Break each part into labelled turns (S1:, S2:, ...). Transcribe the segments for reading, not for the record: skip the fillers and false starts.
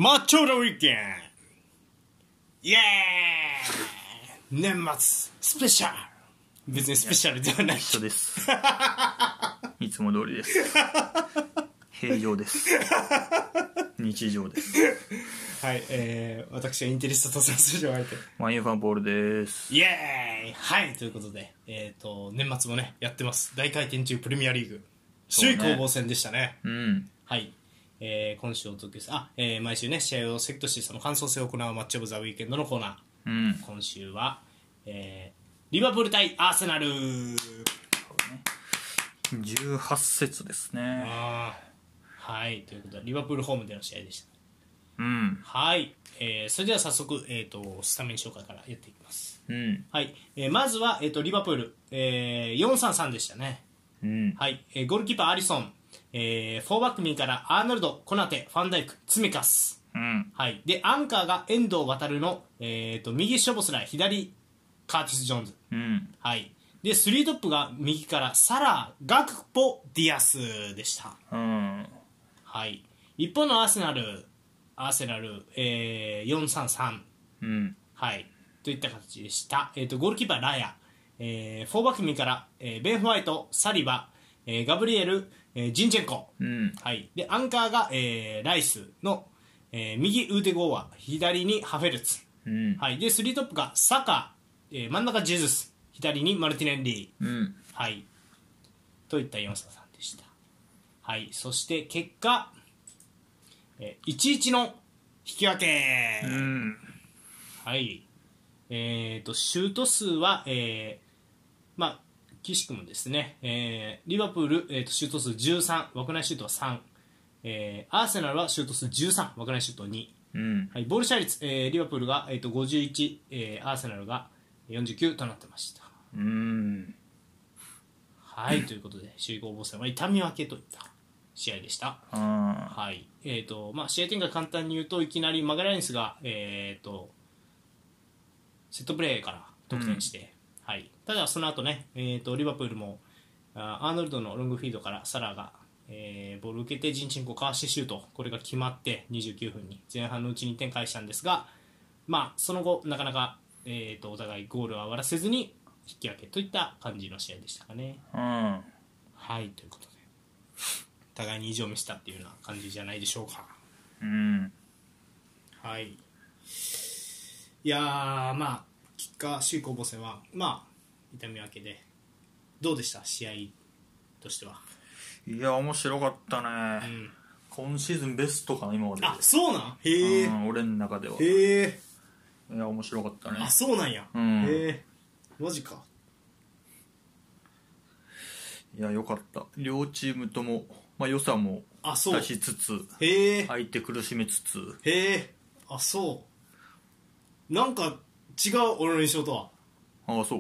S1: マッチョのウィーケンイエーイ年末スペシャル。別にスペシャルではない。
S2: 一緒ですいつも通りです平常です日常です
S1: はい、私はインテリストと参数上相手
S2: マインファンポールです。
S1: イエーイ。はいということで、年末もねやってます。大回転中プレミアリーグ首位攻防戦でしたね。はい、今週お届けする毎週ね試合をセットしてその感想戦を行うマッチオブザウィーケンドのコーナー、今週は、リバプール対アーセナル。
S2: 18節ですね。
S1: はいということでリバプールホームでの試合でした。はい、それでは早速、スタメン紹介からやっていきます。はい、まずは、リバプール、4-3-3でしたね。はい、ゴールキーパーアリソン、4バック右からアーノルド、コナテ、ファンダイク、ツメカス、はい、でアンカーが遠藤航の、右ショボスライ、左カーティス・ジョーンズ、はい、で3トップが右からサラー、ガクポ、ディアスでした。はい、一方のアーセナル、4-3-3、はい、といった形でした。ゴールキーパーラヤ、4バック右から、ベン・ホワイト、サリバ、ガブリエル、ジンチェンコ、はい、でアンカーが、ライスの、右ウーテゴーア、左にハフェルツ、はい、で3トップがサカ、真ん中ジェズス、左にマルティネッリ、はい、といった 4-3-3 でした。はい、そして結果、1-1の引き分け、はい、シュート数は、岸君もですね、リバプール、シュート数13、枠内シュートは3、アーセナルはシュート数13、枠内シュート2、はい、ボールシェア率、リバプールが、51、アーセナルが49となってました。はいということで首位攻防戦は痛み分けといった試合でした。はい、試合展開簡単に言うといきなりマガラニスが、セットプレーから得点して、はい、ただその後ね、リバプールもアーノルドのロングフィードからサラが、ボールを受けてジンチェンコかわしてシュート、これが決まって29分に前半のうちに1点返したんですが、その後なかなか、お互いゴールを割らせずに引き分けといった感じの試合でしたかね。はいということで互いに意地を見せたっていうような感じじゃないでしょうか。はい、いや結果首位攻防戦は痛み分けでどうでした試合としては。
S2: いや面白かったね、今シーズンベストかな今までで。
S1: そうなん。へえ、
S2: 俺の中では。
S1: へえ、
S2: いや面白かったね。
S1: そうなんや。へえ、マジか。
S2: いやよかった。両チームとも、良さも出しつつ、相手苦しめつつ。
S1: へえ、そうなんか違う俺の印象とは。
S2: そう。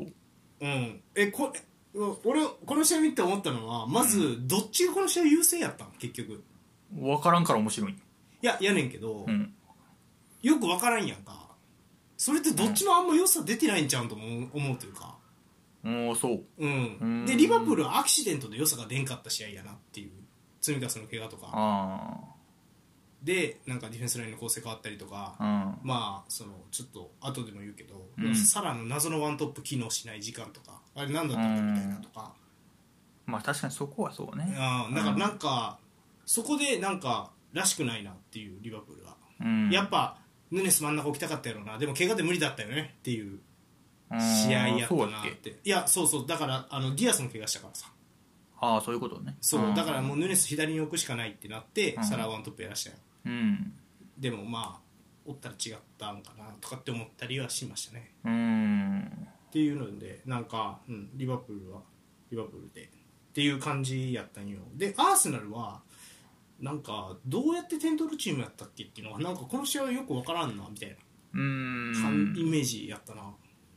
S1: 俺この試合見て思ったのはまず、どっちがこの試合優勢やったん結局。
S2: 分からんから面白い。
S1: いやねんけど、よく分からんやんか。それってどっちもあんま良さ出てないんちゃうんと思うというか。
S2: そう。
S1: でリバプールはアクシデントで良さが出んかった試合やなっていう。積み重ねの怪我とかでなんかディフェンスラインの構成変わったりとか、そのちょっと後でも言うけど、サラの謎のワントップ機能しない時間とかあれ何だったんだみたいなとか、
S2: 確かにそこはそうね。
S1: だからなんかそこでなんからしくないなっていうリバプールは、やっぱヌネス真ん中置きたかったやろうな、でも怪我で無理だったよねっていう試合やったなって。いやそうだからディアスの怪我したからさ。
S2: そういうことね。
S1: そうだからもうヌネス左に置くしかないってなって、サラワントップやらしたよ。でもおったら違ったんかなとかって思ったりはしましたね。っていうのでなんか、リバプールはリバプールでっていう感じやったんよ。でアーセナルはなんかどうやって点取るチームやったっけっていうのがなんかこの試合はよく分からんなみたいなイメージやったな。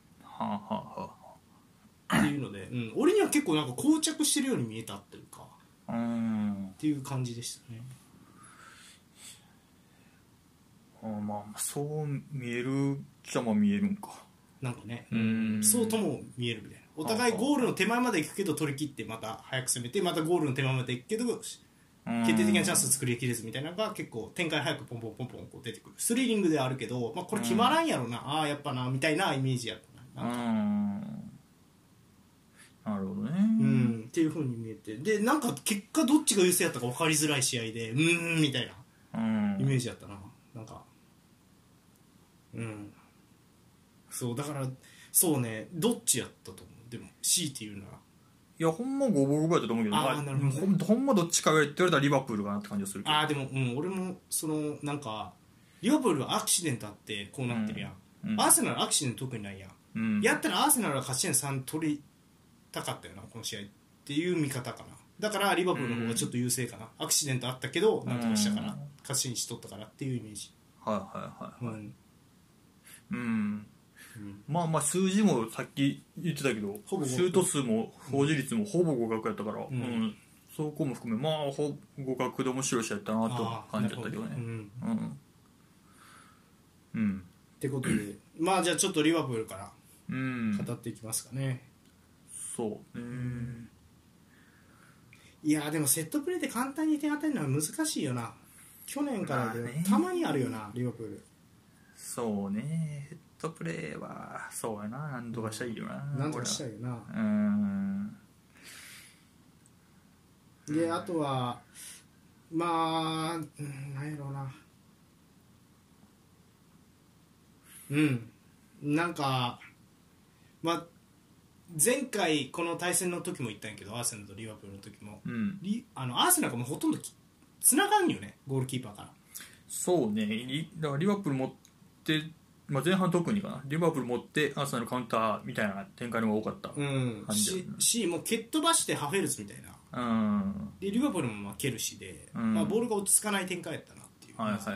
S1: っていうので、俺には結構なんか膠着してるように見えたっていうか、っていう感じでしたね。
S2: そう見えるじゃ見えるんか。
S1: なんかね、そうとも見えるみたいな。お互いゴールの手前まで行くけど取り切ってまた早く攻めてまたゴールの手前まで行くけど決定的なチャンス作りきれずみたいなのが結構展開早くポンポンポンポンこう出てくるスリリングではあるけど、まあ、これ決まらんやろな、ああやっぱなみたいなイメージやったな。
S2: なるほどね、
S1: っていう風に見えて、でなんか結果どっちが優勢やったか分かりづらい試合でみたいなイメージやったな。なんかそうだからそうね、どっちやったと思う。でも強いて言うなら
S2: いやほんま五分五分やったと思うけど、
S1: なるほどね、
S2: ほんまどっちかが言って言われたらリバプールかなって感じがするけど。
S1: でも、俺もそのなんかリバプールはアクシデントあってこうなってるやん、アーセナルアクシデント特にないやん、やったらアーセナルは勝ち点3取りたかったよなこの試合っていう見方かな。だからリバプールの方がちょっと優勢かな、アクシデントあったけどなんとかしたから勝ちにしとったからっていうイメージ。
S2: まあまあ数字もさっき言ってたけどシュート数も保持率もほぼ互角やったから、そこも含めまあ互角で面白い試合やったなと感じだったけどね。
S1: ってことでまあじゃあちょっとリバプールから語っていきますかね。
S2: そう
S1: いやでもセットプレーで簡単に点当てるのは難しいよな。去年からでたまにあるよなリバプール。
S2: そうね、セットプレーはそうやな、なんとかしたいよな、
S1: なんとかしたいよな。であとはまあなんやろうな、なんかまあ前回この対戦の時も言ったんやけどアーセナルとリバプールの時も、アーセナルがもうほとんどつながんよねゴールキーパーから。
S2: そうね、だからリバプール持って、まあ、前半特にかな、リバプール持ってアーセナルカウンターみたいな展開の方が多かった感じだ、
S1: しもう蹴っ飛ばしてハフェルツみたいな、でリバプールも蹴るしで、まあ、ボールが落ち着かない展開やったなっていう、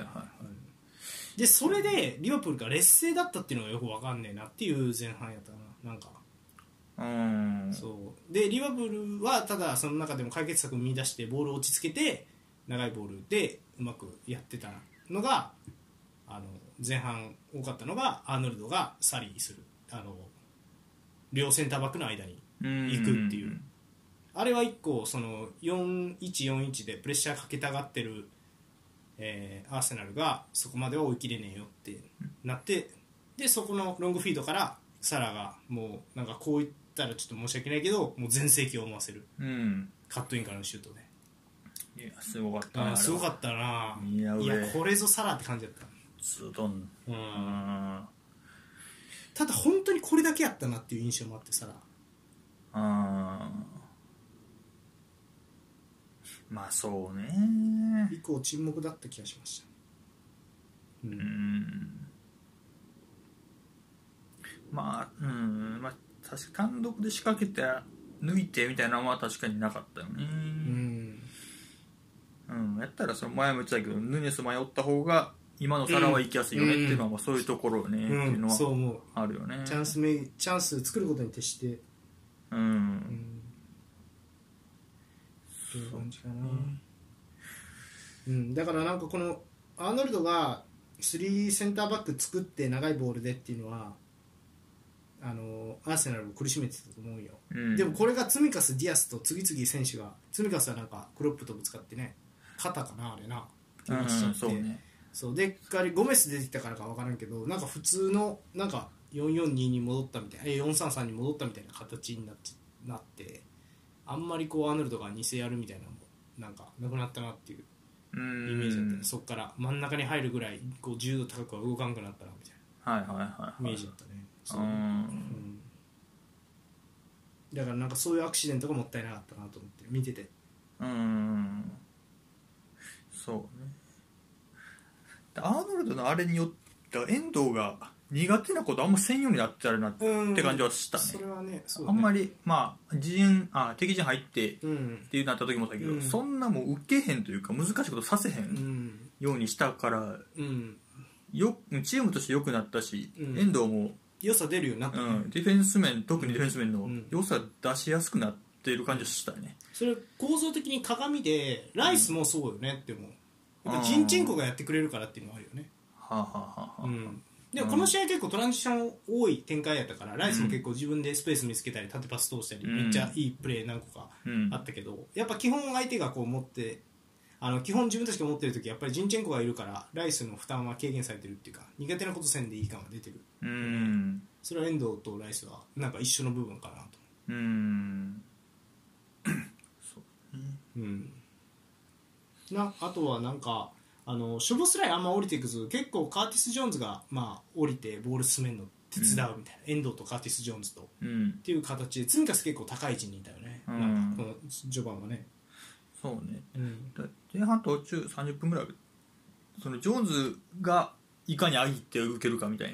S1: でそれでリバプールが劣勢だったっていうのがよく分かんねえなっていう前半やったな。なんかそうでリバプールはただその中でも解決策を見出してボールを落ち着けて長いボールでうまくやってたのが前半多かったのがアーノルドがサリーする両センターバックの間に行くっていうあれは一個その 4-1-4-1 でプレッシャーかけたがってる、アーセナルがそこまでは追い切れねえよってなってでそこのロングフィードからサラがもうなんかこう言ったらちょっと申し訳ないけどもう全盛期を思わせる、カットインからのシュートで
S2: いやすごかったな。
S1: すごかったな。いやこれぞサラって感じだった。
S2: ズドン、
S1: ただ本当にこれだけやったなっていう印象もあってサラ。
S2: まあそうね、
S1: 以降沈黙だった気がしました。
S2: まあまあ確か単独で仕掛けて抜いてみたいなのは確かになかったよね。やったらその前も言ってたけどヌネス迷った方が今のサラは行きやすいよねっていうのはまあそういうところよねっていうのはあるよね。
S1: チャンス作ることに徹してそういう感じかな。だからなんかこのアーノルドが3センターバック作って長いボールでっていうのはアーセナルを苦しめてたと思うよ、でもこれがツミカス、ディアスと次々選手がツミカスはなんかクロップとぶつかってね肩かなあれな怪我しちゃって、そうでゴメス出てきたからか分からんけどなんか普通のなんか442に戻ったみたいな433に戻ったみたいな形になってあんまりこうアーノルドが偽やるみたいなのもなんかなくなったなっていうイメージだったね。そっから真ん中に入るぐらいこう重度高くは動かんくなったなみたいなイメージだったね。だからなんかそういうアクシデントがもったいなかったなと思って見てて
S2: そうね。アーノルドのあれによって遠藤が苦手なことあんませんようになってあるなって感じはしたね。
S1: それはね、
S2: あんまりまあ敵陣入ってっていうなった時もだけど、そんなもう受けへんというか難しいことさせへんようにしたから、チームとして良くなったし、遠藤も
S1: 良さ出るようになった、
S2: ディフェンス面特にディフェンス面の良さ出しやすくなっている感じがしたね。
S1: それ構造的に鏡でライスもそうよねって思う。やっぱジンチェンコがやってくれるからっていうのがあるよね。でもこの試合結構トランジション多い展開やったからライスも結構自分でスペース見つけたり縦パス通したりめっちゃいいプレー何個かあったけど、やっぱ基本相手がこう持って基本自分たちが持ってる時やっぱりジンチェンコがいるからライスの負担は軽減されてるっていうか苦手なことせんでいい感が出てる。それは遠藤とライスはなんか一緒の部分かなと。そうね。あとはなんかショボスライあんま降りていくず結構カーティス・ジョーンズが降りてボール進めるの手伝うみたいな、遠藤とカーティス・ジョーンズと、っていう形でツミカス結構高い位置にいたよね、なんかこの序盤はね。
S2: そうね、前半途中30分ぐらいそのジョーンズがいかに上げて受けるかみたいな、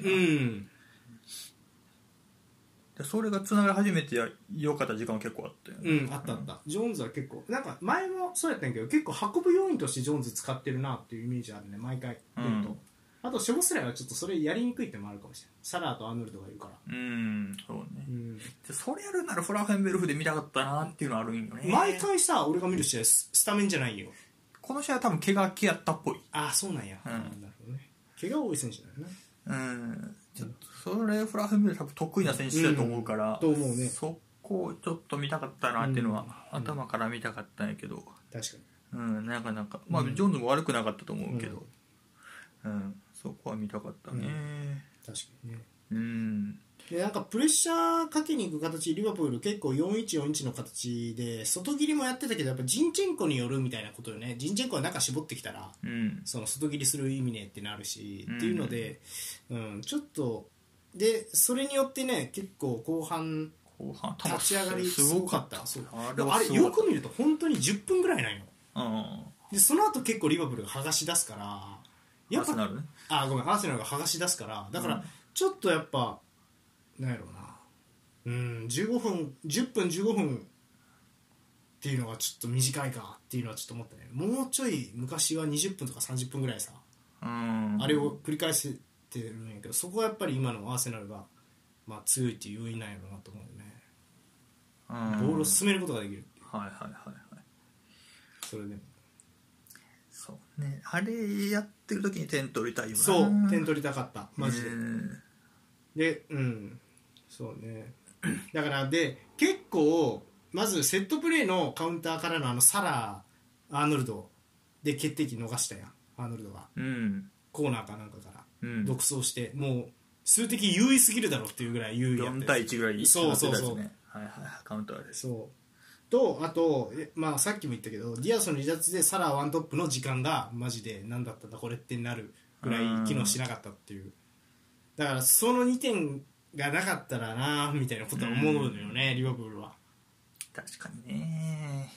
S2: でそれがつながり始めてよかった時間は結構あったよね。
S1: あったあった、ジョーンズは結構なんか前もそうやったんやけど結構運ぶ要員としてジョーンズ使ってるなっていうイメージあるね毎回出ると、あとショボスライはちょっとそれやりにくいってのもあるかもしれない、サラーとアーノルドがいるから。
S2: そうね、でそれやるならフラーフェンベルフで見たかったなっていうのはあるんよね。
S1: 毎回さ俺が見る試合スタメンじゃないよ。
S2: この試合は多分怪我気やったっぽい。
S1: ああそうなんや、なるほどね。怪我多い選手だよね。
S2: ちょっとそれフラーフェンベルフ多分得意な選手だと思うから、
S1: と思うね。
S2: そこをちょっと見たかったなっていうのは、頭から見たかったんやけど、
S1: 確かに
S2: なかなかジョーンズも悪くなかったと思うけど、そこは見たかったね、
S1: 確かにね。でなんかプレッシャーかけに行く形、リバプール結構 4-1-4-1 の形で外切りもやってたけどやっぱジンチェンコによるみたいなことよね。ジンチェンコは中絞ってきたら、その外切りする意味ねってなるし、っていうので、ちょっとでそれによってね結構後半立ち上がりすごかった。あれよく見ると本当に10分ぐらいないの、でその後結構リバプールが剥がし出すからやっぱアーセナルが剥がし出すからだからちょっとやっぱなんやろうな、15分10分15分っていうのがちょっと短いかっていうのはちょっと思ったね。もうちょい昔は20分とか30分ぐらいさ、あれを繰り返してるんやけどそこはやっぱり今のアーセナルが強いっていう要因なんやろうなと思うよね。ボールを進めることができるっていう。それでも
S2: そうね、あれやってる時に点取りたいよな。
S1: そう点取りたかったマジで、でそうねだからで結構まずセットプレーのカウンターからのサラーアーノルドで決定機逃したやん。アーノルドが、コーナーかなんかから、独走してもう数的優位すぎるだろうっていうぐらい優位やった
S2: 4対1ぐらい
S1: そう
S2: カウンターで
S1: そうとあと、さっきも言ったけどディアスの離脱でサラーワントップの時間がマジで何だったんだこれってなるぐらい機能しなかったっていう。だからその2点がなかったらなみたいなことは思うのよね、リバプールは。
S2: 確かにね。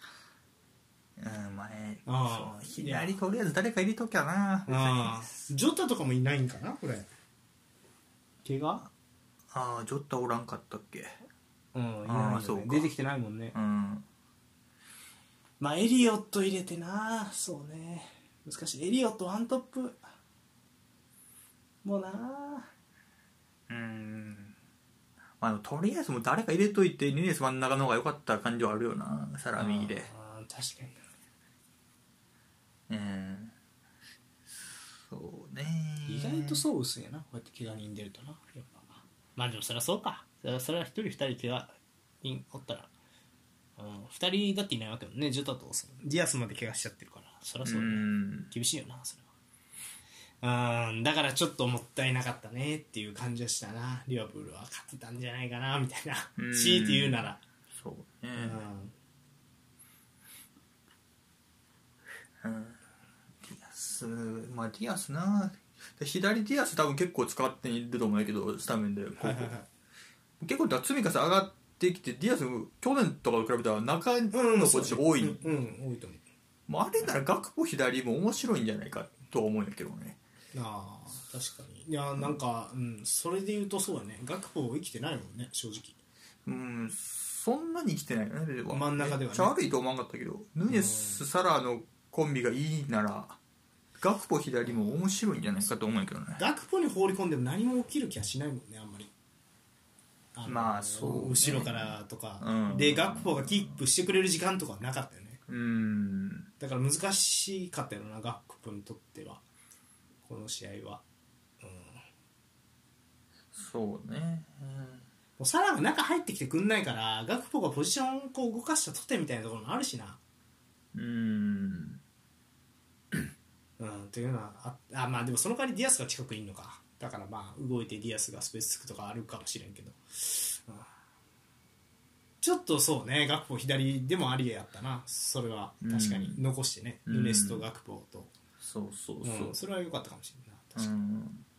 S2: 左とりあえず誰か入れときゃな。
S1: ジョタとかもいないんかなこれ。怪我？
S2: ジョタおらんかったっけ。
S1: いないよね。出てきてないもんね。エリオット入れてな。そうね難しい。エリオットワントップもうな。
S2: とりあえずもう誰か入れといてニネス真ん中の方が良かった感じはあるよな。サラ右で
S1: 確かに
S2: そうね。
S1: 意外とそう薄いやなこうやって怪我人出るとなやっぱ。でもそりゃそうか。それは1人2人怪我人おったら、2人だっていないわけもね。ジョタとディアスまで怪我しちゃってるからそりゃそうね。厳しいよなそれは。だからちょっともったいなかったねっていう感じはしたな。リバプールは勝ってたんじゃないかなみたいな強いて言うなら。
S2: そうね。ディアスな。左ディアス多分結構使っていると思うんだけどスタメンで、結構ツミカス上がってきてディアス去年とかと比べたら中のポジション多い、
S1: 多いと思う。
S2: あれならガクポ左も面白いんじゃないかとは思うんだけどね。
S1: 確かに。いやなんか、それで言うとそうだね。ガクポ生きてないもんね正直。
S2: そんなに生きてないよね。
S1: 真ん中ではね。
S2: めっちゃ悪いと思わなかったけど、ヌネス、サラのコンビがいいならガクポ左も面白いんじゃないかと思うんやけどね。
S1: ガクポに放り込んでも何も起きる気はしないもんねあんまり。
S2: そう、ね、
S1: 後ろからとか、でガクポがキープしてくれる時間とかはなかったよね。だから難しかったよなガクポにとってはこの試合は。
S2: そうね。
S1: もうサラが中入ってきてくんないからガクポがポジションをこう動かしたとてみたいなところもあるしな。 っていうのはまあでもその代わりディアスが近くにいるのか、だからまあ動いてディアスがスペースつくとかあるかもしれんけど、ちょっとそうね、ガクポ左でもありやったな、それは確かに残してね、ヌネスとガクポと、
S2: そうそうそう、
S1: それは良かったかもしれんな、確かに、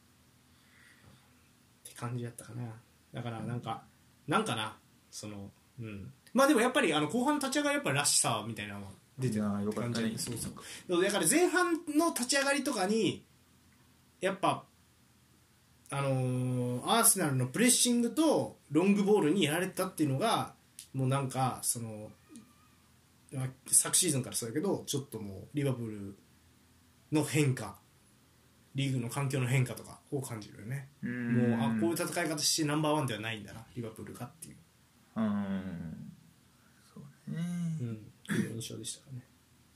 S1: って感じやったかな。だからなんかなその、まあでもやっぱり後半の立ち上がりやっぱりらしさみたいなのが出てるって感じで、そうだから前半の立ち上がりとかにやっぱアーセナルのプレッシングとロングボールにやられたっていうのがもうなんかその昨シーズンからそうやけど、ちょっともうリバプールの変化、リーグの環境の変化とかを感じるよね。もうこういう戦い方してナンバーワンではないんだなリバプールがっていう、
S2: そうね、
S1: いう印象でしたかね。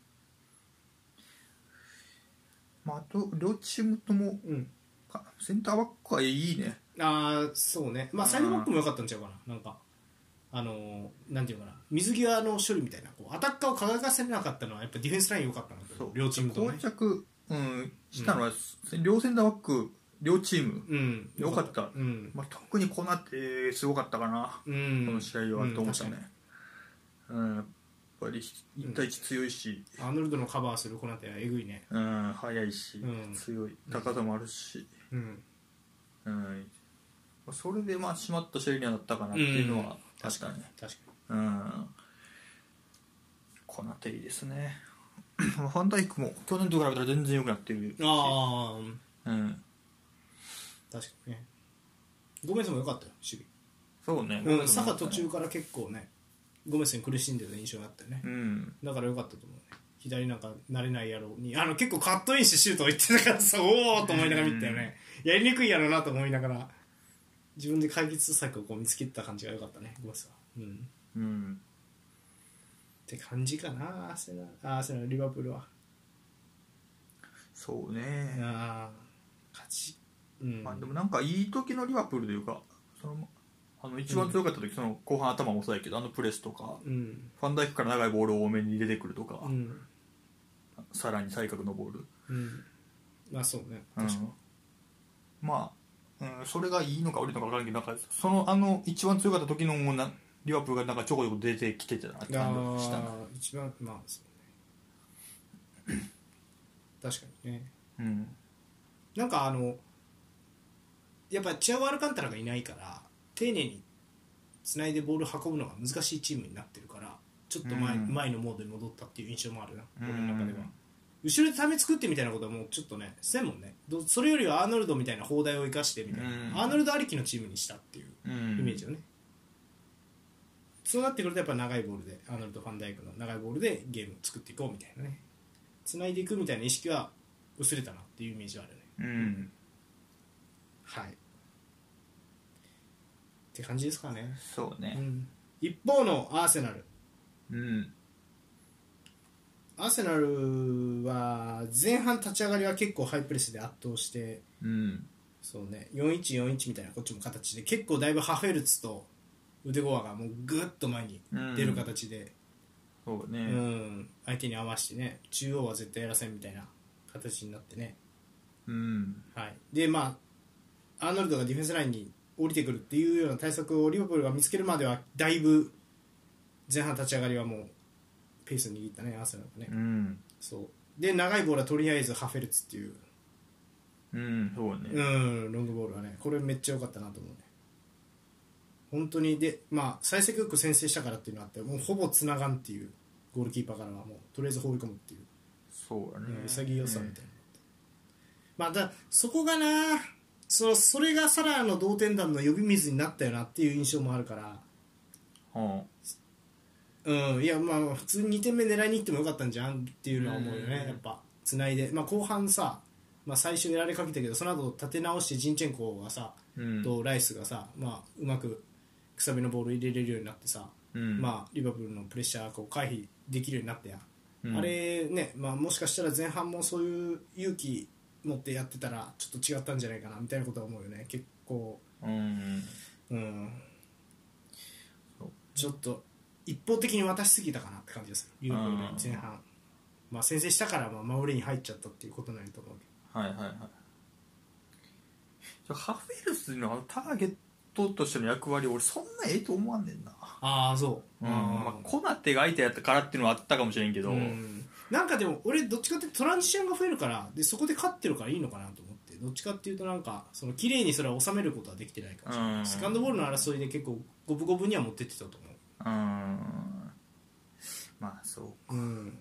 S2: まあ、あと両チームとも、センターバックはいいね。
S1: そうね、まあサイドバックも良かったんちゃうかな。なんかなんていうかな、水際の処理みたいな、こうアタッカーを輝かせなかったのはやっぱディフェンスライン良かったなと、両チームとも、ね、
S2: 膠着、したのは、両センターバック両チーム良かった、まあ、特にコナテすごかったかな、この試合はと思ったね。やっぱり1対1強いし、
S1: アーノルドのカバーするコナテはえぐいね。
S2: 速いし、強い、高さもあるし、それでまあ締まった試合にはなったかなっていうのは確かに。コナテいいですね。ファンダイクも去年と比べたら全然良くなってるし、確か
S1: にね。ゴメスも良かったよ、守
S2: 備。そうね、
S1: サカ途中から結構ねゴメスに苦しんでる印象があったよね、だから良かったと思うね。左なんか慣れないやろうに結構カットインしてシュートを言ってたからさ、おおと思いながら見たよね。やりにくいやろうなと思いながら自分で解決策をこう見つけた感じが良かったね、ゴメスは。って感じかな、アーセナルリバプールは。
S2: そうね、
S1: 勝ち、
S2: まあ、でもなんかいい時のリバプールというか、一番強かった時、その後半頭もそうやけどプレスとか、ファンダイクから長いボールを多めに出てくるとか、さらに再角のボール、
S1: まあそうね、確かに、
S2: まあ、それがいいのか悪いのか分からんけど、なんかその一番強かった時のリバプールがなんかちょこちょこ出てきてたなって感じしたな。
S1: 一番まあそうね確かにね、なんかやっぱチアゴ・アルカンタラがいないから丁寧につないでボール運ぶのが難しいチームになってるから、ちょっと前のモードに戻ったっていう印象もあるな、俺の中では。後ろでため作ってみたいなことはもうちょっとねせんもんね。それよりはアーノルドみたいな砲台を生かしてみたいな、アーノルドありきのチームにしたっていうイメージよね。そうなってくるとやっぱ長いボールでアーノルド・ファンダイクの長いボールでゲームを作っていこうみたいなね、つないでいくみたいな意識は薄れたなっていうイメージはあるね。はいって感じですかね。
S2: そうね、
S1: 一方のアーセナル、アーセナルは前半立ち上がりは結構ハイプレスで圧倒して、そうね、4141みたいなこっちも形で結構だいぶハフェルツとウデゴアがもうグッと前に出る形で、
S2: そうね、
S1: 相手に合わせてね、中央は絶対やらせんみたいな形になってね、はい、でまあアーノルドがディフェンスラインに降りてくるっていうような対策をリバプールが見つけるまではだいぶ前半立ち上がりはもうペース握ったね、アーセナルがね、そうで長いボールはとりあえずハフェルツっていう、
S2: そうね、
S1: ロングボールはね、これめっちゃ良かったなと思うね、本当に。でまあ幸先よく先制したからっていうのがあって、もうほぼつながんっていう、ゴールキーパーからはもうとりあえず放り込むっていう、
S2: そうだね、
S1: 潔さみたいな、まあだそこがな、それがサラーの同点弾の呼び水になったよなっていう印象もあるから、いやまあ普通に2点目狙いに行ってもよかったんじゃんっていうのは思うよね、やっぱつないで、まあ、後半さ、まあ、最初やられかけたけどその後立て直してジンチェンコがさ、とライスがさ、まあ、うまくくさびのボール入れれるようになってさ、まあ、リバプールのプレッシャーを回避できるようになったやん、あれね、まあ、もしかしたら前半もそういう勇気持ってやってたらちょっと違ったんじゃないかなみたいなことは思うよね、結構。ちょっと一方的に渡しすぎたかなって感じでする、リバプール前半。 まあ、先制したからまあ守りに入っちゃったっていうことなんやと思うけ
S2: ど、はいはいはい。ハフェルスのターゲットとしての役割俺そんなええと思わんねんな。
S1: ああそう、
S2: まあ、コナテが相手やったからっていうのはあったかもしれんけど、
S1: なんかでも俺どっちかってトランジションが増えるからでそこで勝ってるからいいのかなと思って、どっちかっていうとなんかその綺麗にそれは収めることはできてないかもしれない、セカンドボールの争いで結構五分五分には持ってってたと思う。
S2: まあそうか、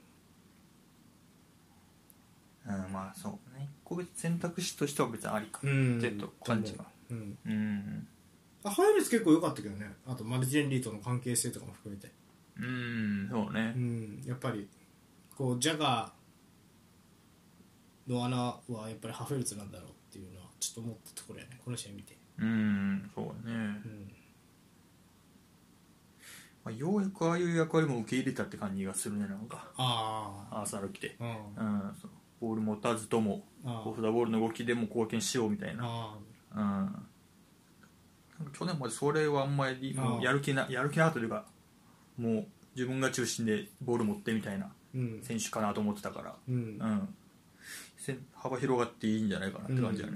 S2: まあそうね、個別選択肢としては別にありかってと感じが。
S1: ハイルツ結構良かったけどね、あとマルチェンリーとの関係性とかも含めて。
S2: そうね、
S1: やっぱりこうジャガーの穴はやっぱりハフェルツなんだろうっていうのはちょっと思ったところやね、この試合見て。
S2: そうね、まあ、ようやくああいう役割も受け入れたって感じがするね、なんかアーサル来て、そうボール持たずともオフ・ザ・ボールの動きでも貢献しようみたいな。去年までそれはあんまりもうやる気なかったというか、もう自分が中心でボール持ってみたいな選手かなと思ってたから、幅広がっていいんじゃないかなって感じだね。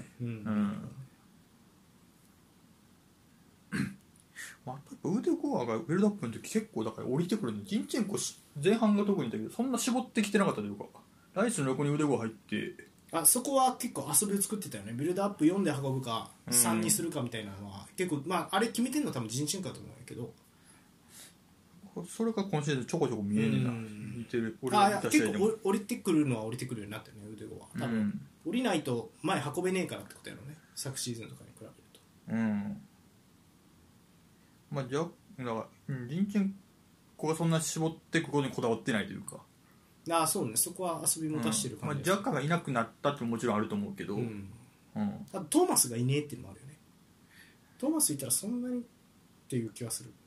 S2: まあ、ウデゴアがビルドアップの時結構だから降りてくるの、ジンチェンコ前半が特にだけどそんな絞ってきてなかったというか、ライスの横にウデゴア入って、
S1: そこは結構遊びを作ってたよね。ビルドアップ4で運ぶか3にするかみたいなのは結構、まあ、あれ決めてるのは多分ジンチェンコだと思うんやけど、
S2: それが今シーズンちょこちょこ見えねえな、見てる。
S1: 俺が見た試合でも結構降りてくるのは降りてくるようになったよね、ウデゴア多分、降りないと前運べねえからってことやろね、昨シーズンとかに比べると。
S2: まあじゃあだからジンチェンコがそんな絞っていくことにこだわってないというか、
S1: そうね、そこは遊び持たしてる感じ、
S2: ジャッカがいなくなったってもちろんあると思うけど、
S1: 多分トーマスがいねえっていうのもあるよね。トーマスいたらそんなにっていう気はする。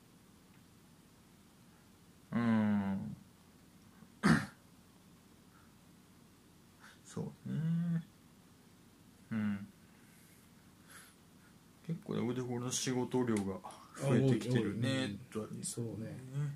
S2: そうね、結構腕ゴルの仕事量が増えてきてるねとは。
S1: そうね。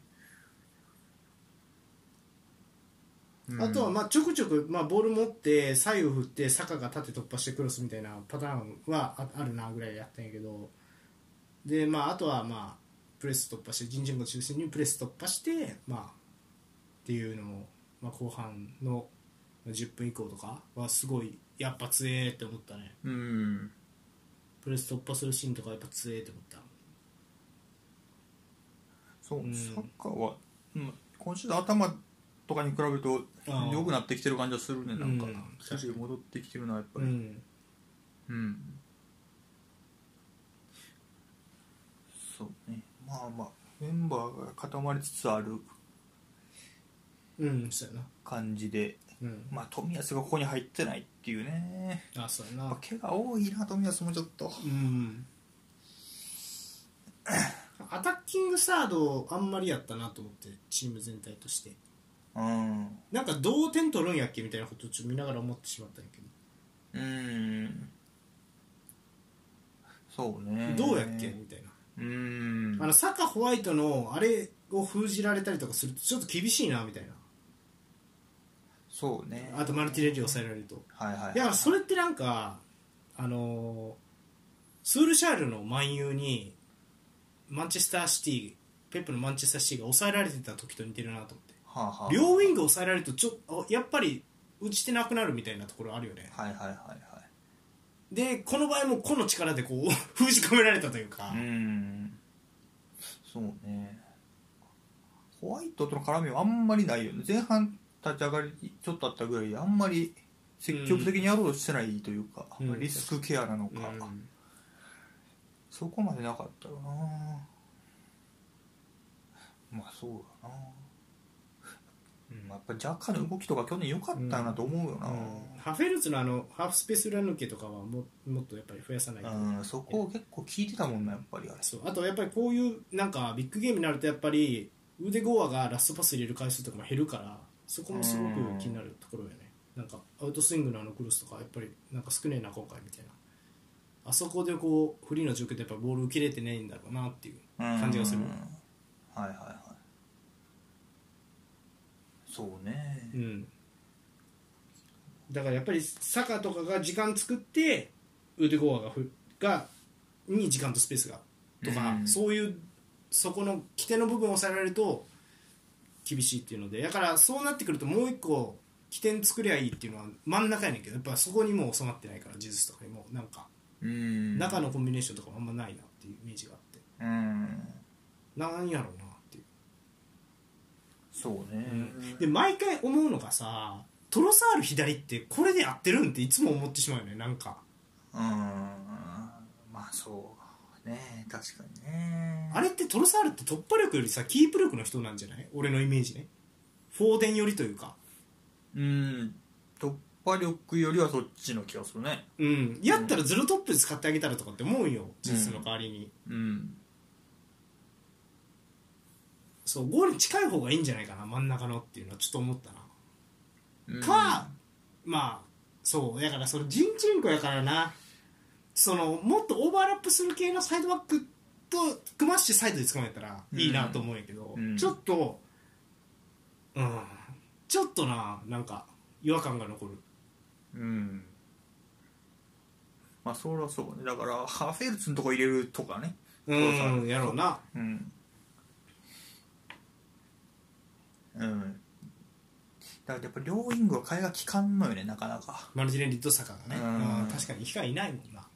S1: あとはまあちょくちょくまあボール持って左右振ってサカが縦突破してクロスみたいなパターンはあるなぐらいやったんやけど、でまああとはまあプレス突破してジンチェンコ中心にプレス突破してまあっていうのも、まあ、後半の10分以降とかはすごいやっぱ強えって思ったね。プレス突破するシーンとかやっぱ強えって思った。
S2: そう、サッカーは、今週の頭とかに比べると良くなってきてる感じがするね、なんか筋が戻ってきてるなやっぱり。そうね、まあまあメンバーが固まりつつある
S1: そうやな
S2: 感じで、まあ冨安がここに入ってないっていうね。
S1: そうやな、
S2: 怪我多いな冨安もちょっと。
S1: アタッキングサードあんまりやったなと思って、チーム全体として。なんか同点取るんやっけみたいなことをちょっと見ながら思ってしまったんやけど、
S2: そうね、
S1: どうやっけみたいな。サカホワイトのあれを封じられたりとかするとちょっと厳しいなみたいな。
S2: そうね、
S1: あとマルティネリを抑えられると、いやそれってなんかスールシャールの万有にマンチェスターシティ、ペップのマンチェスターシティが抑えられてた時と似てるなと思って、両ウィングを抑えられるとやっぱり打ち手なくなるみたいなところあるよね。でこの場合も個の力でこう封じ込められたというか。
S2: そうね、ホワイトとの絡みはあんまりないよね。前半立ち上がりちょっとあったぐらいであんまり積極的にやろうとしてないというか、リスクケアなのか、そこまでなかったよな。まあそうだな、やっぱジャッカの動きとか去年良かったなと思うよな。
S1: ハフェルツのハーフスペース裏抜けとかはもっとやっぱり増やさないと、
S2: そこを結構効いてたもんなやっぱり。あれ
S1: そう、あとやっぱりこういうなんかビッグゲームになるとやっぱりウデゴアがラストパス入れる回数とかも減るから、そこもすごく気になるところよね。なんかアウトスイングのクロスとかやっぱりなんか少ねえな今回みたいな、あそこでこうフリーの状況でやっぱボール受け入れてないんだろうなっていう感じがする。
S2: そうね、
S1: だからやっぱりサカとかが時間作ってウデゴアに時間とスペースがとか、そういうそこの起点の部分を抑えられると厳しいっていうので、だからそうなってくるともう一個起点作りゃいいっていうのは真ん中やねんけど、やっぱそこにもう収まってないから、ジズとかにもなんか中のコンビネーションとかもあんまないなっていうイメージがあって、なんやろうなっていう。
S2: そうね、
S1: で毎回思うのがさ、トロサール左ってこれで合ってるんっていつも思ってしまうよね。なんか
S2: まあそうね、確かにね。
S1: あれってトロサールって突破力よりさキープ力の人なんじゃない？俺のイメージね。フォーデン寄りというか、
S2: 突破力よりはそっちの気がするね。
S1: やったらズルトップで使ってあげたらとかって思うよ、ジスの代わりに。そうゴールに近い方がいいんじゃないかな、真ん中のっていうのはちょっと思ったな。かまあそうだから、そのジンチェンコやからな、そのもっとオーバーラップする系のサイドバックとクマッシュサイドで使うんやったらいいなと思うんやけど、ちょっとちょっとなんか違和感が残る。
S2: まあそれはそうね。だからハーフェルツのとこ入れるとかね、
S1: やろうな。
S2: だからやっぱ両ウイングは替えが効かんのよね、なかなか。
S1: マルティネリとサカがね、確かに控えいないもんな。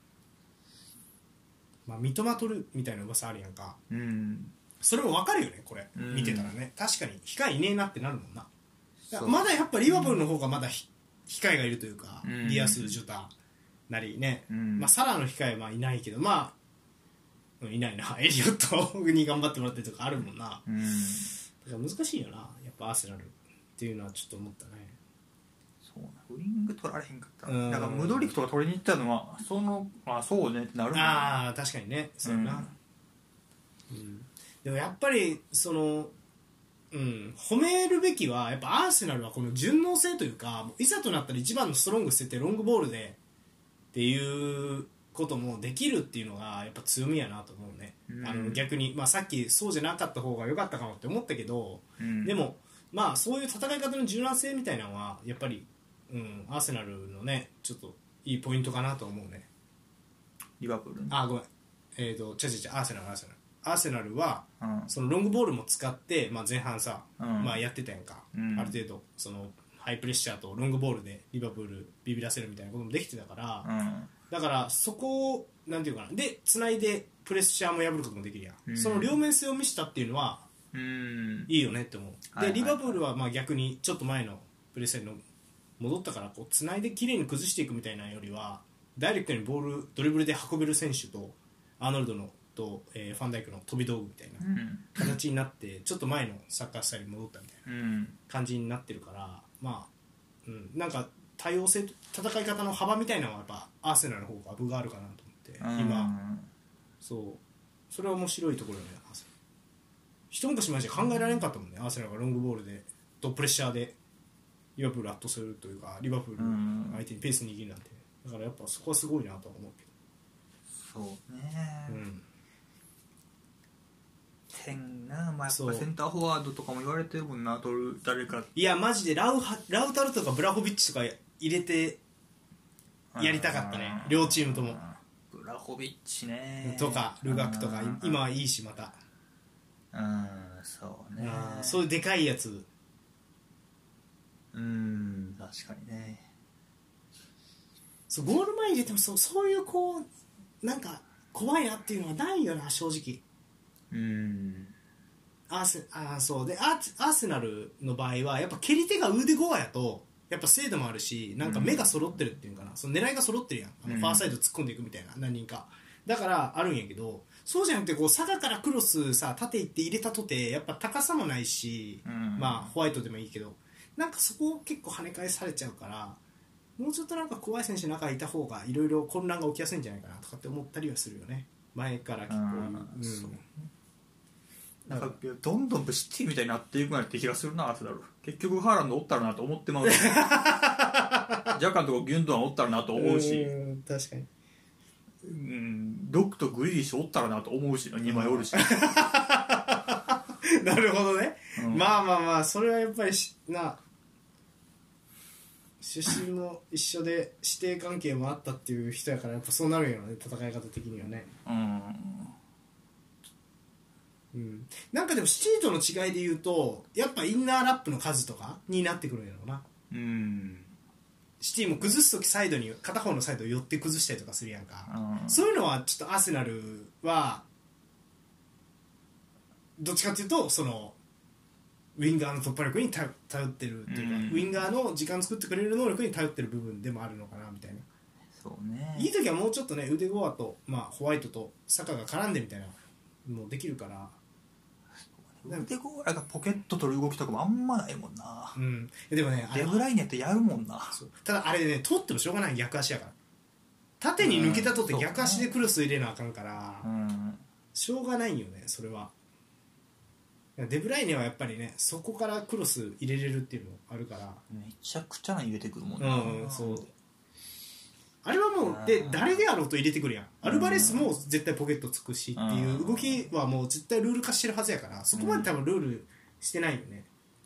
S1: まあ三笘取るみたいな噂あるやんか、それも分かるよねこれ、見てたらね。確かに控えいねえなってなるもんな。まだやっぱリバプールの方がまだ控えがいるというか、ディアス・ジョタなりね、まあサラの控えはいないけど、まあいないな、エリオットに頑張ってもらってるとかあるもんな。だから難しいよな、やっぱアーセナルっていうのはちょっと思ったね。
S2: そうな、ウイング取られへんかったら、だからムドリクとか取りに行ったのはそうねってなるもんね。
S1: 確かにね、そうやな。でもやっぱりその褒めるべきはやっぱアーセナルはこの順応性というか、いざとなったら一番のストロング捨ててロングボールでっていうこともできるっていうのがやっぱ強みやなと思うね。逆に、まあ、さっきそうじゃなかった方が良かったかもって思ったけど、でもまあそういう戦い方の柔軟性みたいなのはやっぱり、アーセナルのねちょっといいポイントかなと思うね。
S2: リバプール、
S1: ごめん、アーセナルは、そのロングボールも使って、まあ、前半さ、まあ、やってたやんか、ある程度そのハイプレッシャーとロングボールでリバプールビビらせるみたいなこともできてたから、だからそこをなんていうかな、で繋いでプレッシャーも破ることもできるやん、その両面性を見せたっていうのはいいよねって思う。でリバプールはまあ逆にちょっと前のプレッシャーに戻ったから、こう繋いで綺麗に崩していくみたいなよりはダイレクトにボールドリブルで運べる選手とアーノルドのと、ファンダイクの飛び道具みたいな形になって、ちょっと前のサッカースタイルに戻ったみたいな感じになってるから、まあ、なんか多様性、戦い方の幅みたいなのはやっぱアーセナルの方が分があるかなと思って、今それは面白いところだよね。一昔前じゃ考えられなかったもんね、アーセナルがロングボールでとプレッシャーでリバプール圧倒するというか、リバプール相手にペース握るなんて、だからやっぱそこはすごいなとは思うけ
S2: ど。そうね、な、まあ、やっぱセンターフォワードとかも言われてるもんな、誰か。
S1: いやマジでラウタルとかブラホビッチとか入れてやりたかったね、両チームとも。
S2: ブラホビッチね
S1: とかルガクとか今はいいし、また
S2: そうね、
S1: そういうでかいやつ、
S2: 確かにね。
S1: そうゴール前に入れてもそういうこうなんか怖いなっていうのはないよな、正直。そうでアーセナルの場合はやっぱ蹴り手がウーデゴアやとやっぱ精度もあるし、なんか目が揃ってるっていうかな、その狙いが揃ってるやん、ファーサイド突っ込んでいくみたいな、何人かだからあるんやけど、そうじゃなくてこうサガからクロスさ縦行って入れたとてやっぱ高さもないし、まあホワイトでもいいけど、なんかそこを結構跳ね返されちゃうから、もうちょっとなんか怖い選手の中にいた方がいろいろ混乱が起きやすいんじゃないかなとかって思ったりはするよね、前から結構。
S2: なんかどんどんシティみたいになっていくなって気がするな、アーセナル。結局ハーランドおったらなと思ってまうジャカンとかギュンドアンおったらなと思うし、
S1: 確かに
S2: ドックとグリーリッシュおったらなと思うし、2枚おるし
S1: なるほどね、まあそれはやっぱり出身も一緒で師弟関係もあったっていう人やからやっぱそうなるよね、戦い方的にはね。なんかでもシティとの違いで言うとやっぱインナーラップの数とかになってくるんやろうな。シティも崩すときサイドに片方のサイドを寄って崩したりとかするやんか。そういうのはちょっとアーセナルはどっちかっていうとそのウィンガーの突破力に頼ってるっていうか、ウィンガーの時間作ってくれる能力に頼ってる部分でもあるのかなみたいな。
S2: そうね、
S1: いい時はもうちょっとね、腕ゴアと、ホワイトとサカが絡んでみたいなもうできるから。
S2: 腕ゴアがポケット取る動きとかもあんまないもんな。
S1: でもね、
S2: デブライネってやるもんな。
S1: ただあれね、取ってもしょうがない、逆足やから縦に抜けたとって逆足でクロス入れなあかんから、しょうがないんよねそれは。デブライネはやっぱりね、そこからクロス入れれるっていうのあるから、
S2: めちゃくちゃな入れてくるもんな。
S1: そうあれはもうで誰であろうと入れてくるやん。アルバレスも絶対ポケットつくしっていう動きはもう絶対ルール化してるはずやから、そこまで多分ルールしてないよね。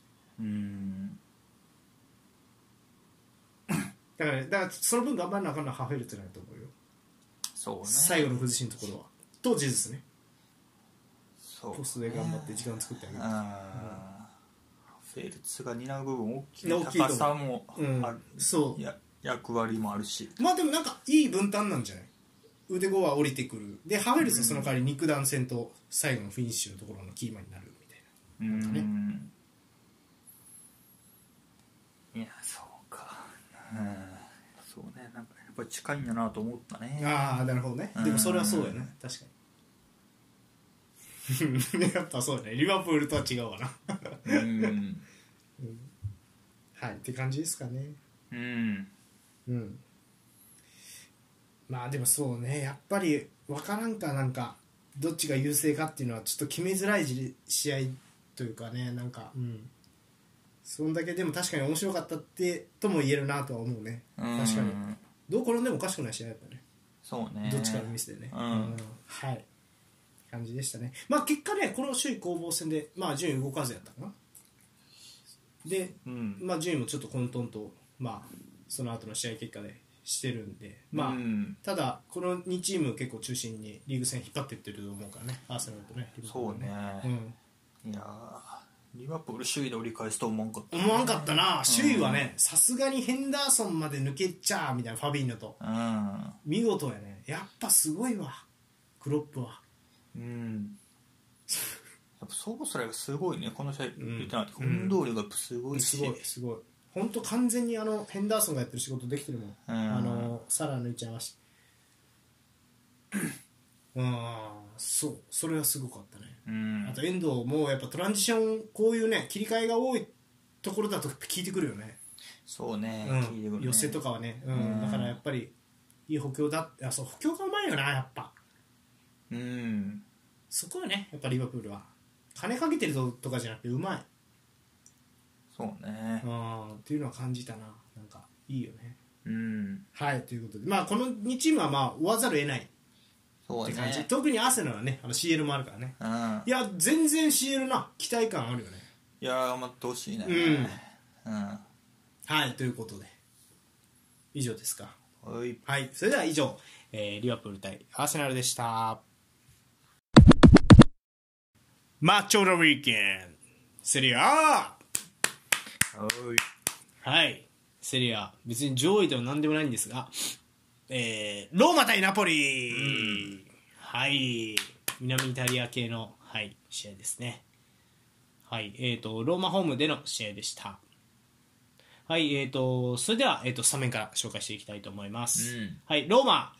S1: だからその分頑張らなあかんのはハフェルツなんだと思うよ。
S2: そうね、
S1: 最後の崩しのところはとジェズスね。ポストで頑張って時間作ってあげる。
S2: フェルツが担う部分大きい、高さもある、そう役割もあるし、
S1: でもなんかいい分担なんじゃない。腕後は降りてくるで、ハフェルツはその代わり肉弾戦と最後のフィニッシュのところのキーマンになるみたいな。なんかね、
S2: いやそうか、そうね、なんかやっぱり近いんやなと思ったね。
S1: なるほどね。でもそれはそうやね、確かに。やっぱそうね、リバプールとは違うわな。はいって感じですかね。でもそうね、やっぱり分からんか、なんかどっちが優勢かっていうのはちょっと決めづらい試合というかね、なんかそんだけでも確かに面白かったってとも言えるなとは思うね。確かにどう転んでもおかしくない試合だったね。
S2: そうね、
S1: どっちかのミスでね。はい感じでしたね。結果ね、この首位攻防戦で順位動かずやったかな。で、順位もちょっと混沌とその後の試合結果でしてるんで、ただこの2チーム結構中心にリーグ戦引っ張っていってると思うからね、アーセナルとね。
S2: そうね、いやリバプール首位で折り返すと思わんか
S1: ったな。首位はね、さすがにヘンダーソンまで抜けちゃうみたいな、ファビーニョと、見事やね。やっぱすごいわクロップは。
S2: やっぱソースラがすごいね、この試合見てないと運動量がすごいし、
S1: すごい本当完全にヘンダーソンがやってる仕事できてるもん。サラ抜いちゃいました。それはすごかったね。あと遠藤もやっぱトランジション、こういうね切り替えが多いところだと効いてくるよね。
S2: そうね、
S1: 寄せとかはね、だからやっぱりいい補強だって。補強がうまいよな、やっぱ。そこはね、やっぱリバプールは金かけてるとかじゃなくてうまい。
S2: そうね、
S1: っていうのは感じたな。なんかいいよね。はいということで、この2チームは追わざるを得ないって感じ。特にアーセナルはね、CL もあるからね。いや全然 CL な期待感あるよね。
S2: いや頑張ってほしいね。
S1: はいということで以上ですか。
S2: はい、
S1: それでは以上、リバプール対アーセナルでした。マッチョのウィーケンセリア。はいセリア、別に上位でも何でもないんですが、ローマ対ナポリ、南イタリア系の、試合ですね。ローマホームでの試合でした。それでは、スタメンから紹介していきたいと思います。ローマ、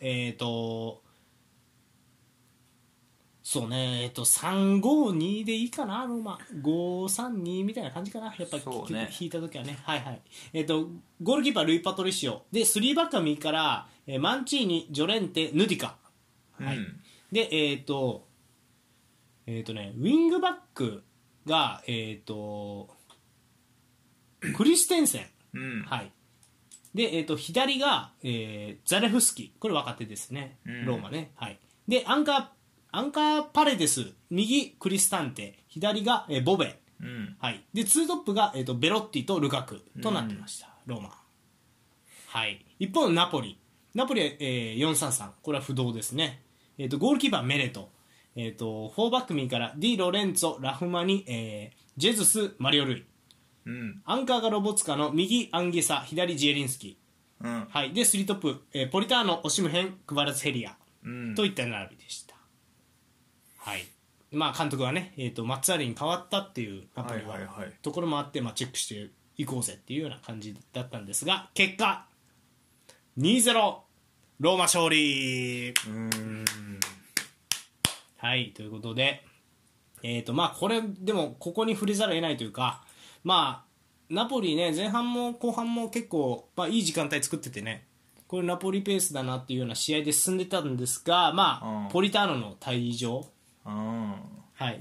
S1: そうね、352でいいかな。ローマ532みたいな感じかな、やっぱり引いた時はね。ゴールキーパールイ・パトリシオで、3バックは右から、マンチーニ、ジョレンテ、ヌディカ、でウィングバックがクリステンセン、で、左が、ザレフスキ、これ若手ですね、ローマね。でアンカーパレデス、右クリスタンテ、左が、ボベ、でツートップが、ベロッティとルカクとなってました、ローマ。 はい、一方のナポリは、4-3-3、これは不動ですね。ゴールキーパーメレト、4バック右からディ・ロレンツォ、ラフマニ、ジェズス、マリオ・ルイ、アンカーがロボツカの右アンゲサ、左ジエリンスキー、はい、で3トップ、ポリターノ、オシムヘン、クバラツヘリア、といった並びでした。はい、まあ、監督はね、マッツァーリに変わったっていうナポリはところもあって、まあ、チェックしていこうぜっていうような感じだったんですが、結果 2-0 ローマ勝利。はい、ということで、まあ、これでもここに触れざるを得ないというか、まあ、ナポリね、前半も後半も結構、まあ、いい時間帯作っててね、これナポリペースだなっていうような試合で進んでたんですが、まあ、ポリターノの退場、はい、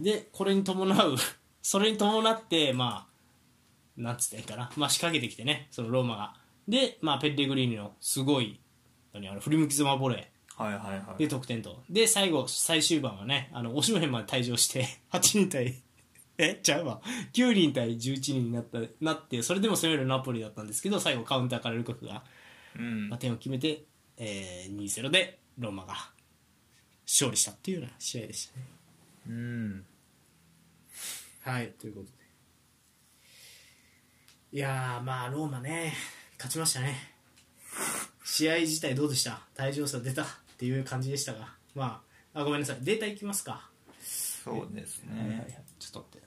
S1: でこれに伴うそれに伴って、まあ、なんつったらいいかな、まあ、仕掛けてきてね、そのローマがで、まあ、ペッレグリーニのすごい振り向きざまボレーで得点と、で最後最終盤はね、オシムヘンまで退場して8人対ちゃうわ9人対11人になって、それでも攻めるナポリだったんですけど、最後カウンターからルカクが、まあ、点を決めて、2-0 でローマが勝利したっていうような試合でしたね。はい、ということで、いやー、まあローマね、勝ちましたね。試合自体どうでした？退場者出たっていう感じでしたが、まあ、ごめんなさい、データいきますか。
S2: そうですね、
S1: ちょっと待って、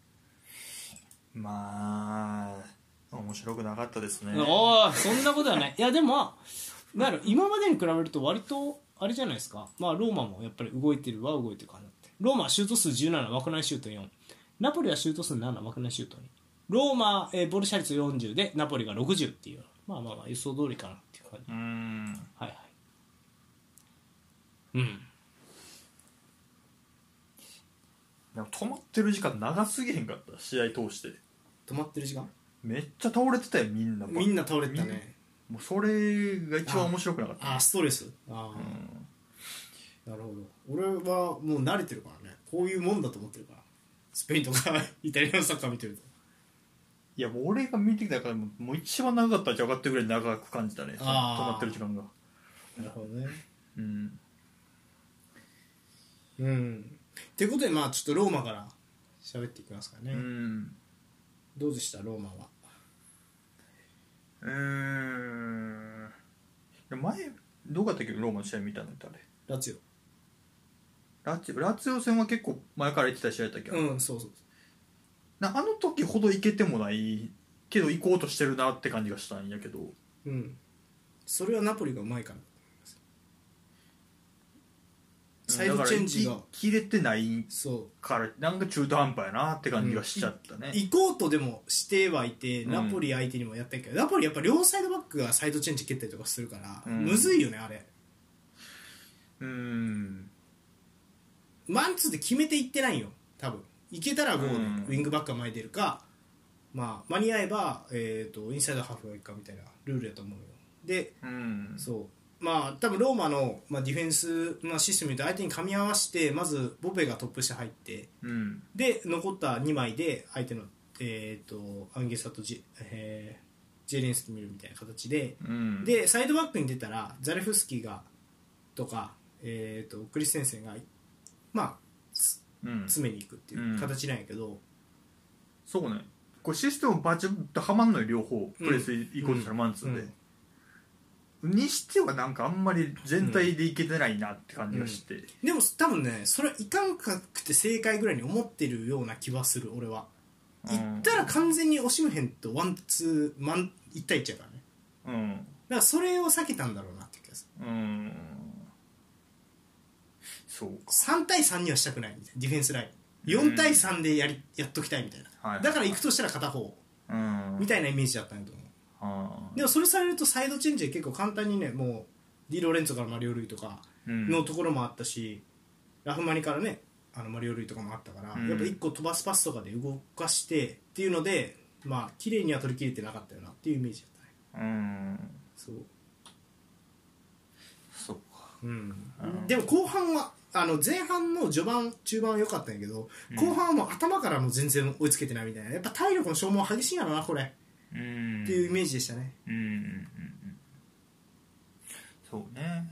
S2: まあ面白くなかったですね。
S1: おー、そんなことはない。いやでも今までに比べると割とあれじゃないですか。まあローマもやっぱり動いてる感じだって。ローマはシュート数17、枠内シュート4、ナポリはシュート数7、枠内シュート2、ローマ、ボール射率40でナポリが60っていう、まあまあまあ予想通りかなっていう感じ。はいはい、
S2: でも止まってる時間長すぎへんかった？試合通して
S1: 止まってる時間
S2: めっちゃ倒れてたよ、みんな
S1: 倒れてたね。
S2: もうそれが一番面白くなかった。
S1: ストレス。なるほど。俺はもう慣れてるからね、こういうもんだと思ってるから、スペインとかイタリアのサッカー見てると。
S2: いやもう俺が見てきたからもう一番長かったんじゃ分かってくらい長く感じたね、止まってる時間が。
S1: なるほどね。ってことで、まあちょっとローマから喋っていきますからね。どうでしたローマは？
S2: 前どうかったっけ、ローマの試合見たのってあれ。
S1: ラツ
S2: ィオ戦は結構前から言ってた試合だったっけ。
S1: そうそう。
S2: あの時ほど行けてもないけど行こうとしてるなって感じがしたんやけど、
S1: それはナポリがうまいから。サイドチェンジが
S2: 切れてないからなんか中途半端やなって感じがしちゃったね。
S1: 行こうとでもしてはいて、ナポリ相手にもやったけど、ナポリやっぱ両サイドバックがサイドチェンジ蹴ったりとかするから、むずいよねあれ。マンツーで決めていってないよ多分。いけたらゴール、ウィングバックが前に出るか、まあ、間に合えば、インサイドハーフがいくかみたいなルールやと思うよ。で、そうまあ多分ローマの、ディフェンスのシステムで相手に噛み合わせて、まずボベがトップ下入って、で残った2枚で相手の、アンゲサとジェレンスキー見るみたいな形で、でサイドバックに出たらザレフスキーがとか、クリステンセンがまあ詰めに行くっていう形なんやけど、
S2: そうね、これシステムバチッとはまんのよ、両方プレス行こうとしたらマンツーで、にしてはなんかあんまり全体でいけてないなって感じがして、
S1: でも多分ねそれはいかんかくて正解ぐらいに思ってるような気はする。俺は行ったら完全にオシムヘンとワンツーマン1対1やからね、だからそれを避けたんだろうなって気がする。
S2: そうか、
S1: 3対3にはしたくないみたいな、ディフェンスライン4対3でやっときたいみたいな、だから行くとしたら片方みたいなイメージだったんだと思う。でもそれされるとサイドチェンジで結構簡単にね、もうディ・ロレンツォからマリオ・ルイとかのところもあったし、ラフマニからねマリオ・ルイとかもあったから、やっぱ1個飛ばすパスとかで動かしてっていうので、まあ綺麗には取り切れてなかったよなっていうイメージだったね。そうか。でも後半は前半の序盤中盤は良かったんやけど、後半はもう頭からも全然追いつけてないみたいな、やっぱ体力の消耗激しいんやろなこれっていうイメージでしたね。
S2: そうね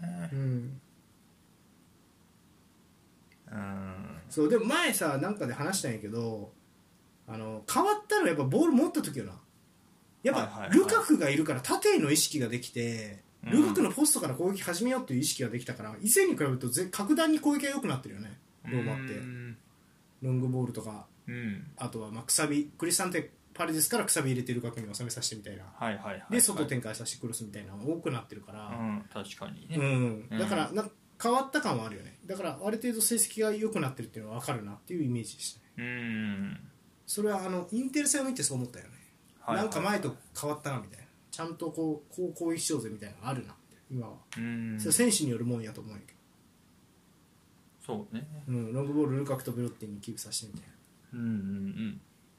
S1: そうでも前さなんかで話したんやけど変わったのはやっぱボール持った時よなやっぱ、ルカクがいるから縦への意識ができて、ルカクのポストから攻撃始めようっていう意識ができたから以前に比べると格段に攻撃が良くなってるよねローマってロングボールとか、あとはまあクリスタンテパレデスからくさび入れてルカクに収めさせてみたいな、で外展開させてクロスみたいなのが多くなってるから、
S2: 確かにね、
S1: だから変わった感はあるよねだからある程度成績が良くなってるっていうのは分かるなっていうイメージでしたねそれはインテル戦を見てそう思ったよね、なんか前と変わったなみたいなちゃんとこう攻撃しようぜみたいなのがあるなって今はそれ選手によるもんやと思うんやけ
S2: どそうね、
S1: ロングボールルカクとベロッティにキープさせてみたいな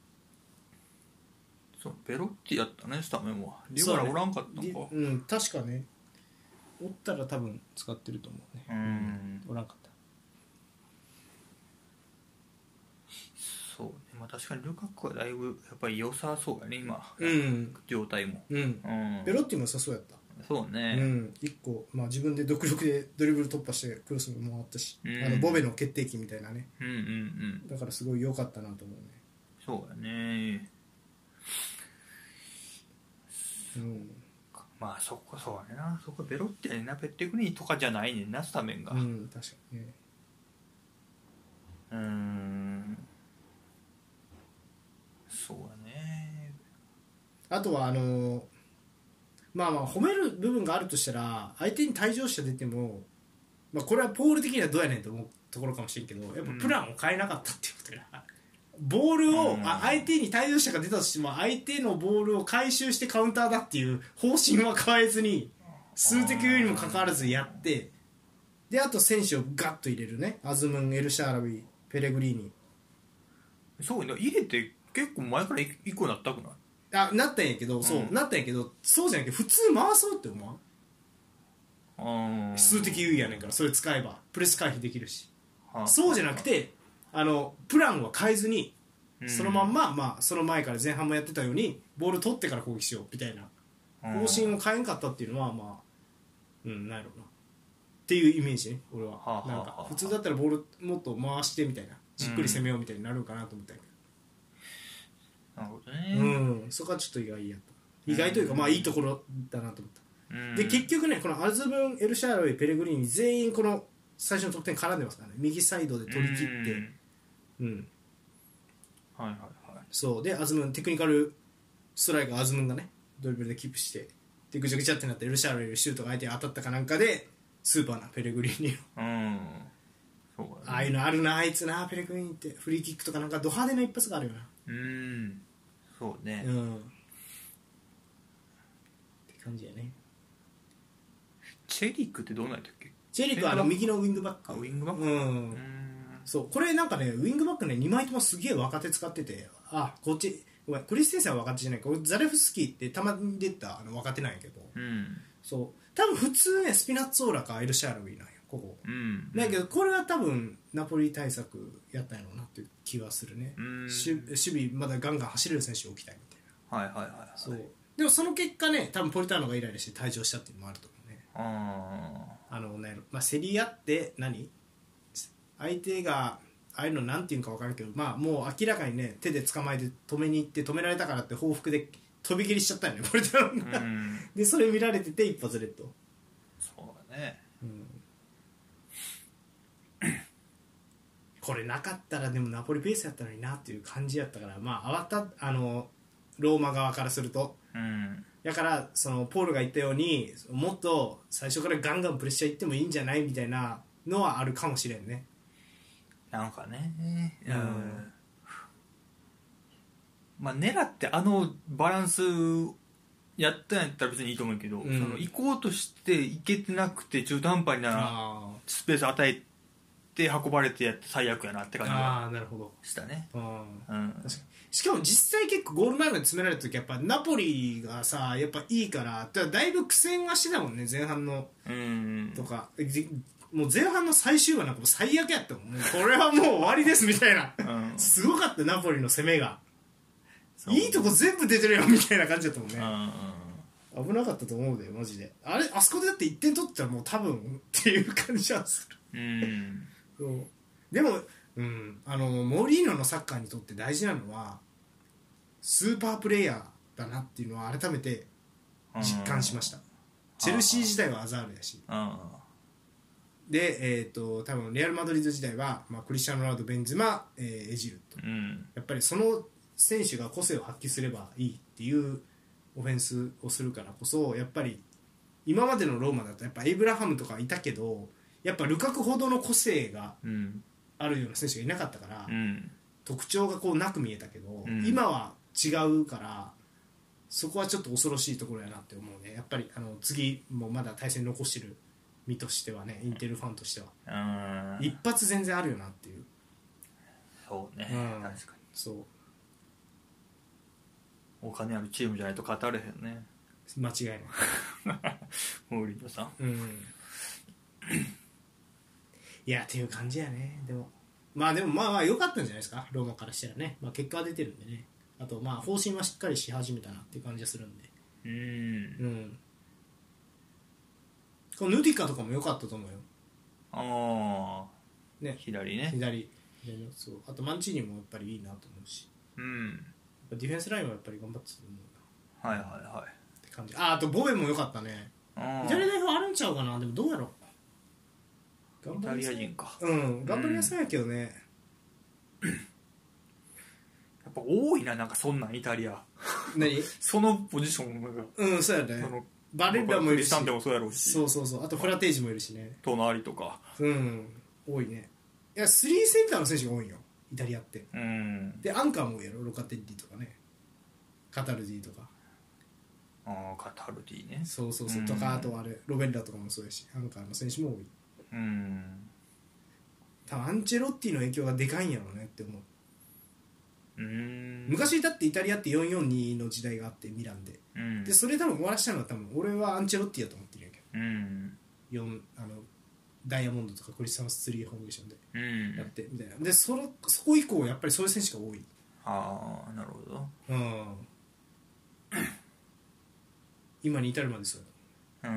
S2: そうベロッティやったねスタメンはリバラおらんかったの
S1: か確かねおったら多分使ってると思うねおらんかった
S2: そうね、まあ、確かにルカクはだいぶやっぱり良さそうやね今、状態も、
S1: ベロッティも良さそうやった
S2: そうね、
S1: 1個、まあ、自分で独力でドリブル突破してクロスも回ったし、ボベの決定機みたいなね、だからすごい良かったなと思うね
S2: そうやねまあそこそうやなそこベロッティやねなペッテグリーとかじゃないねんなスタメンが
S1: 確かにね
S2: そうやね
S1: あとはまあ褒める部分があるとしたら相手に退場者出ても、まあ、これはポール的にはどうやねんと思うところかもしれんけどやっぱプランを変えなかったっていうことが、ボールを、相手に退場者が出たとしても相手のボールを回収してカウンターだっていう方針は変えずに数的優位にもかかわらずやってであと選手をガッと入れるねアズムン、エルシャーラビ、ペレグリーニ
S2: そうね入れて結構前から1個なったくない
S1: なったんやけど、そうなったんやけどそうじゃなくて普通回そうって思わん数的優位やねんからそれ使えばプレス回避できるしそうじゃなくてプランは変えずにそのまんま、まあ、その前から前半もやってたようにボール取ってから攻撃しようみたいな方針を変えんかったっていうのはまあなんやろうなっていうイメージね俺はなんか普通だったらボールもっと回してみたいなじっくり攻めようみたいになるかなと思ったんやけ
S2: どなるほど
S1: ねそこはちょっと意外やった意外というかまあいいところだなと思ったで結局ねこのアズブン、エルシャーラビ、ペレグリーニ全員この最初の得点絡んでますからね右サイドで取り切ってそうでアズムンテクニカルストライカーアズムンがねドリブルでキープしてでぐちゃぐちゃってなってエルシャーラビのシュートが相手に当たったかなんかでスーパーなペレグリーニ
S2: そうだね、
S1: ああいうのあるなあいつなペレグリーニってフリーキックとかなんかド派手な一発があるよな
S2: そうね
S1: って感じやね
S2: チェリックってどうなんやったっけ
S1: チェリックは右のウィングバック
S2: ウィングバック
S1: そうこれなんかねウィングバックね2枚ともすげえ若手使っててこっちごめんクリステンセンは若手じゃないかザレフスキーってたまに出た若手なんやけどそう多分普通ねスピナッツォーラかエルシャーラビーなんやここだけどこれは多分ナポリ対策やったんやろうなっていう気はするね守備まだガンガン走れる選手を置きたいみたいなそうでもその結果ね多分ポリターノがイライラして退場したっていうのもあると思うね競り合って相手がああいうのなんていうか分からんけどまあもう明らかにね手で捕まえて止めに行って止められたからって報復で飛び蹴りしちゃったよねポリターノがでそれ見られてて一発レッド
S2: そうだね
S1: これなかったらでもナポリペースやったのになっていう感じやったからまあ慌たローマ側からするとだからそのポールが言ったようにもっと最初からガンガンプレッシャーいってもいいんじゃないみたいなのはあるかもしれんね
S2: なんかねまあ狙ってバランスやったんやったら別にいいと思うけど、その行こうとして行けてなくて中途半端なスペース与えて運ばれてやって最悪やなって感じがしたね確かに
S1: しかも実際結構ゴール前まで詰められた時やっぱナポリがさやっぱいいからだいぶ苦戦はしてたもんね前半のとかもう前半の最終話なんかもう最悪やったもんねこれはもう終わりですみたいなすごかったナポリの攻めがいいとこ全部出てるよみたいな感じだったもんね危なかったと思うでマジで。あそこでだって1点取ったらもう多分っていう感じはする。そうでも、モリーノのサッカーにとって大事なのはスーパープレイヤーだなっていうのは改めて実感しました。チェルシー時代はアザールやし、で、多分レアル・マドリード時代は、クリスチャーノ・ロナウド、ベンゼマ、エジルと、やっぱりその選手が個性を発揮すればいいっていうオフェンスをするからこそ、やっぱり今までのローマだとやっぱエイブラハムとかいたけど、やっぱルカクほどの個性があるような選手がいなかったから、特徴がこうなく見えたけど、今は違うから、そこはちょっと恐ろしいところやなって思うね。やっぱり次もまだ対戦残してる身としてはね、インテルファンとしては一発全然あるよなっていう。
S2: そうね、確かに。
S1: そう
S2: お金あるチームじゃないと語れへんね。
S1: 間違いない
S2: モーリーノさん、
S1: いやっていう感じやね。でもまあ良かったんじゃないですか、ローマからしたらね。結果は出てるんでね。あと方針はしっかりし始めたなっていう感じがするんで、このヌディカとかも良かったと思うよ。ね、
S2: 左ね。
S1: そう。あとマンチーニもやっぱりいいなと思うし、ディフェンスラインはやっぱり頑張ってたと思うな。って感じ。あとボベも良かったね。イタリア代表あるんちゃうかな。でもどうやろう。
S2: イタリア人か。
S1: 頑張りやすいやけどね。
S2: やっぱ多いな、なんかそんなんイタリア。
S1: 何？
S2: そのポジションが。
S1: そうやね。バレッラもいるし。
S2: クリスタンテもそうやろうし。
S1: そう。あとフラテージもいるしね。
S2: 隣とか。
S1: 多いね。いや、3センターの選手が多いよ、イタリアって。で、アンカーも多いやろ、ロカテッリとかね。カタルディとか。
S2: カタルディね。
S1: そう。とか、あとロベッラとかもそうやし、アンカーの選手も多い。多分アンチェロッティの影響がでかいんやろうねって思う。昔だってイタリアって 442 の時代があってミランで、でそれ多分終わらしたのは多分俺はアンチェロッティやと思ってるんやけど、ダイヤモンドとかクリスタンス3フォーメーションでやってみたいな。でそこ以降やっぱりそういう選手が多い。
S2: なるほど。
S1: 今に至るまでそうだ。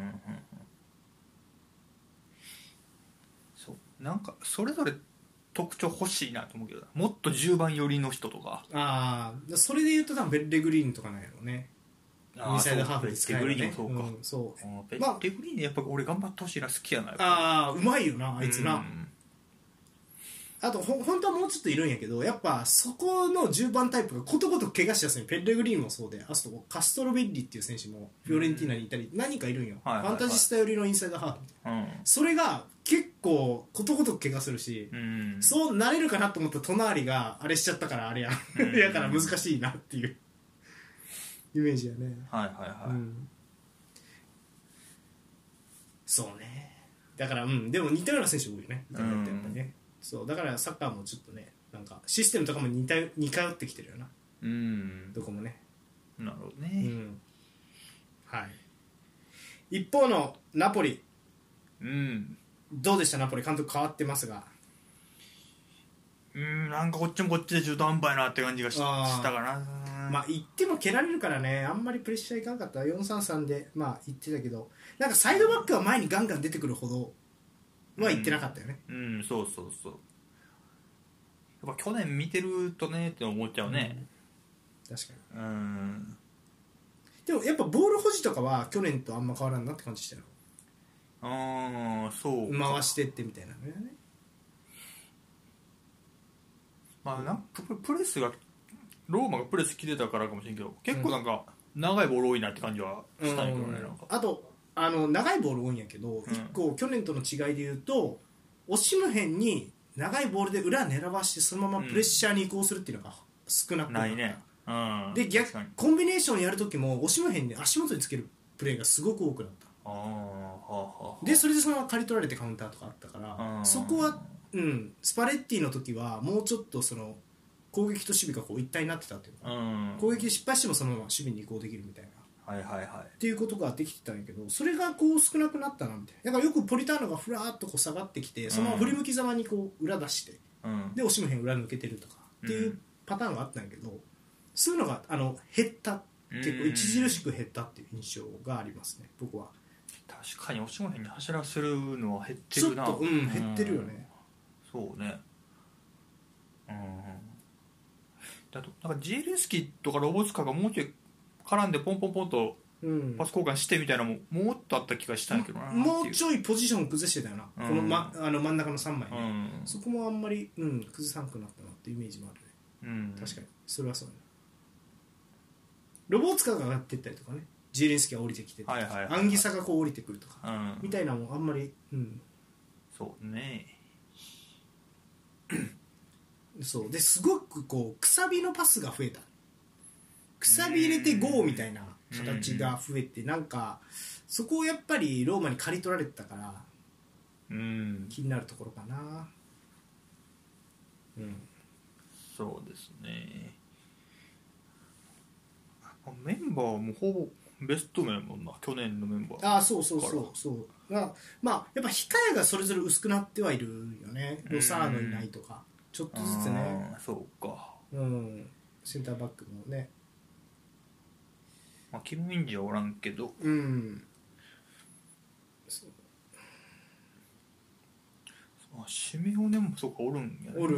S2: そうなんかそれぞれ特徴欲しいなと思うけど、もっと10番寄りの人とか。
S1: それで言うと多分ベッレグリーンとかなんやろうね。インサイドハーフで使えるね。
S2: ベッレグリーンもそうか。ベッレグリーンでやっぱ俺頑張ってほしいな、好きやな。
S1: うまいよなあいつな。あと本当はもうちょっといるんやけど、やっぱそこの10番タイプがことごとく怪我しやすい。ペッレグリーンもそうで、あとカストロベッリっていう選手もフィオレンティーナにいたり何かいるんよ。ファンタジスタ寄りのインサイドハーフみたいな。それが結構ことごとく怪我するし、そうなれるかなと思った隣があれしちゃったからあれやだから難しいなっていうイメージやね。そうね。だからでも似たような選手多いよね、イタリアってやっぱりね。そうだからサッカーもちょっとね、なんかシステムとかも似通ってきてるよな。どこもね。
S2: なるほどね。
S1: はい。一方のナポリ、どうでした？ナポリ監督変わってますが。
S2: なんかこっちもこっちで中途半端やなって感じがしたかな。
S1: 言っても蹴られるからね、あんまりプレッシャーいかんかった。4-3-3で言ってたけど、なんかサイドバックは前にガンガン出てくるほどは言ってなかったよね。
S2: そう。やっぱ去年見てるとねって思っちゃうね。
S1: 確かに。でもやっぱボール保持とかは去年とあんま変わらんなって感じしたよ。
S2: そう
S1: 回してってみたいなね。
S2: プレスがローマがプレス切れたからかもしれんけど、結構なんか長いボール多いなって感じはしたんやけどね。なんか
S1: あと長いボール多いんやけど、一個去年との違いで言うと、オシムヘンに長いボールで裏狙わしてそのままプレッシャーに移行するっていうのが少なく
S2: ないね。
S1: でコンビネーションやるときもオシムヘンに足元につけるプレーがすごく多くなった。でそれでそのまま刈り取られてカウンターとかあったから、そこはスパレッティの時はもうちょっとその攻撃と守備がこう一体になってたっていうか、攻撃失敗してもそのまま守備に移行できるみたいな、っていうことができてたんやけど、それがこう少なくなったなみたいな。だからよくポリターノがふらーっとこう下がってきて、そのまま振り向きざまにこう裏出して、でオシムヘン裏抜けてるとかっていうパターンがあったんやけど、そういうのが減った結構著しく減ったっていう印象がありますね、僕は。
S2: 確かにオシムヘンに走らせるのは減ってるな。
S1: ちょっと減ってるよね。
S2: そうね。だとなんかジエリンスキとかロボツカがもうちょい絡んでポンポンポンとパス交換してみたいなのももっとあった気がしたんやけどな。
S1: もうちょいポジション崩してたよな、この、真ん中の3枚ね、そこもあんまり、崩さなくなったなっていうイメージもあるね、確かにそれはそうね。ロボツカが上がっていったりとかね、ジエリンスキが降りてきてとか、アンギサがこう降りてくるとか、みたいなのもあんまり、
S2: そうね。
S1: そうですごくこうくさびのパスが増えた、くさび入れてゴーみたいな形が増えて、なんかそこをやっぱりローマに刈り取られてたから、気になるところかな。
S2: そうですね。メンバーもほぼベストメンもんな、去年のメンバー。
S1: そうまあやっぱ控えがそれぞれ薄くなってはいるよね。ロサーノいないとかちょっとずつね。
S2: そうか。
S1: センターバックもね、
S2: キム・ミンジはおらんけど、シメオネもそうかおるんやね。
S1: おる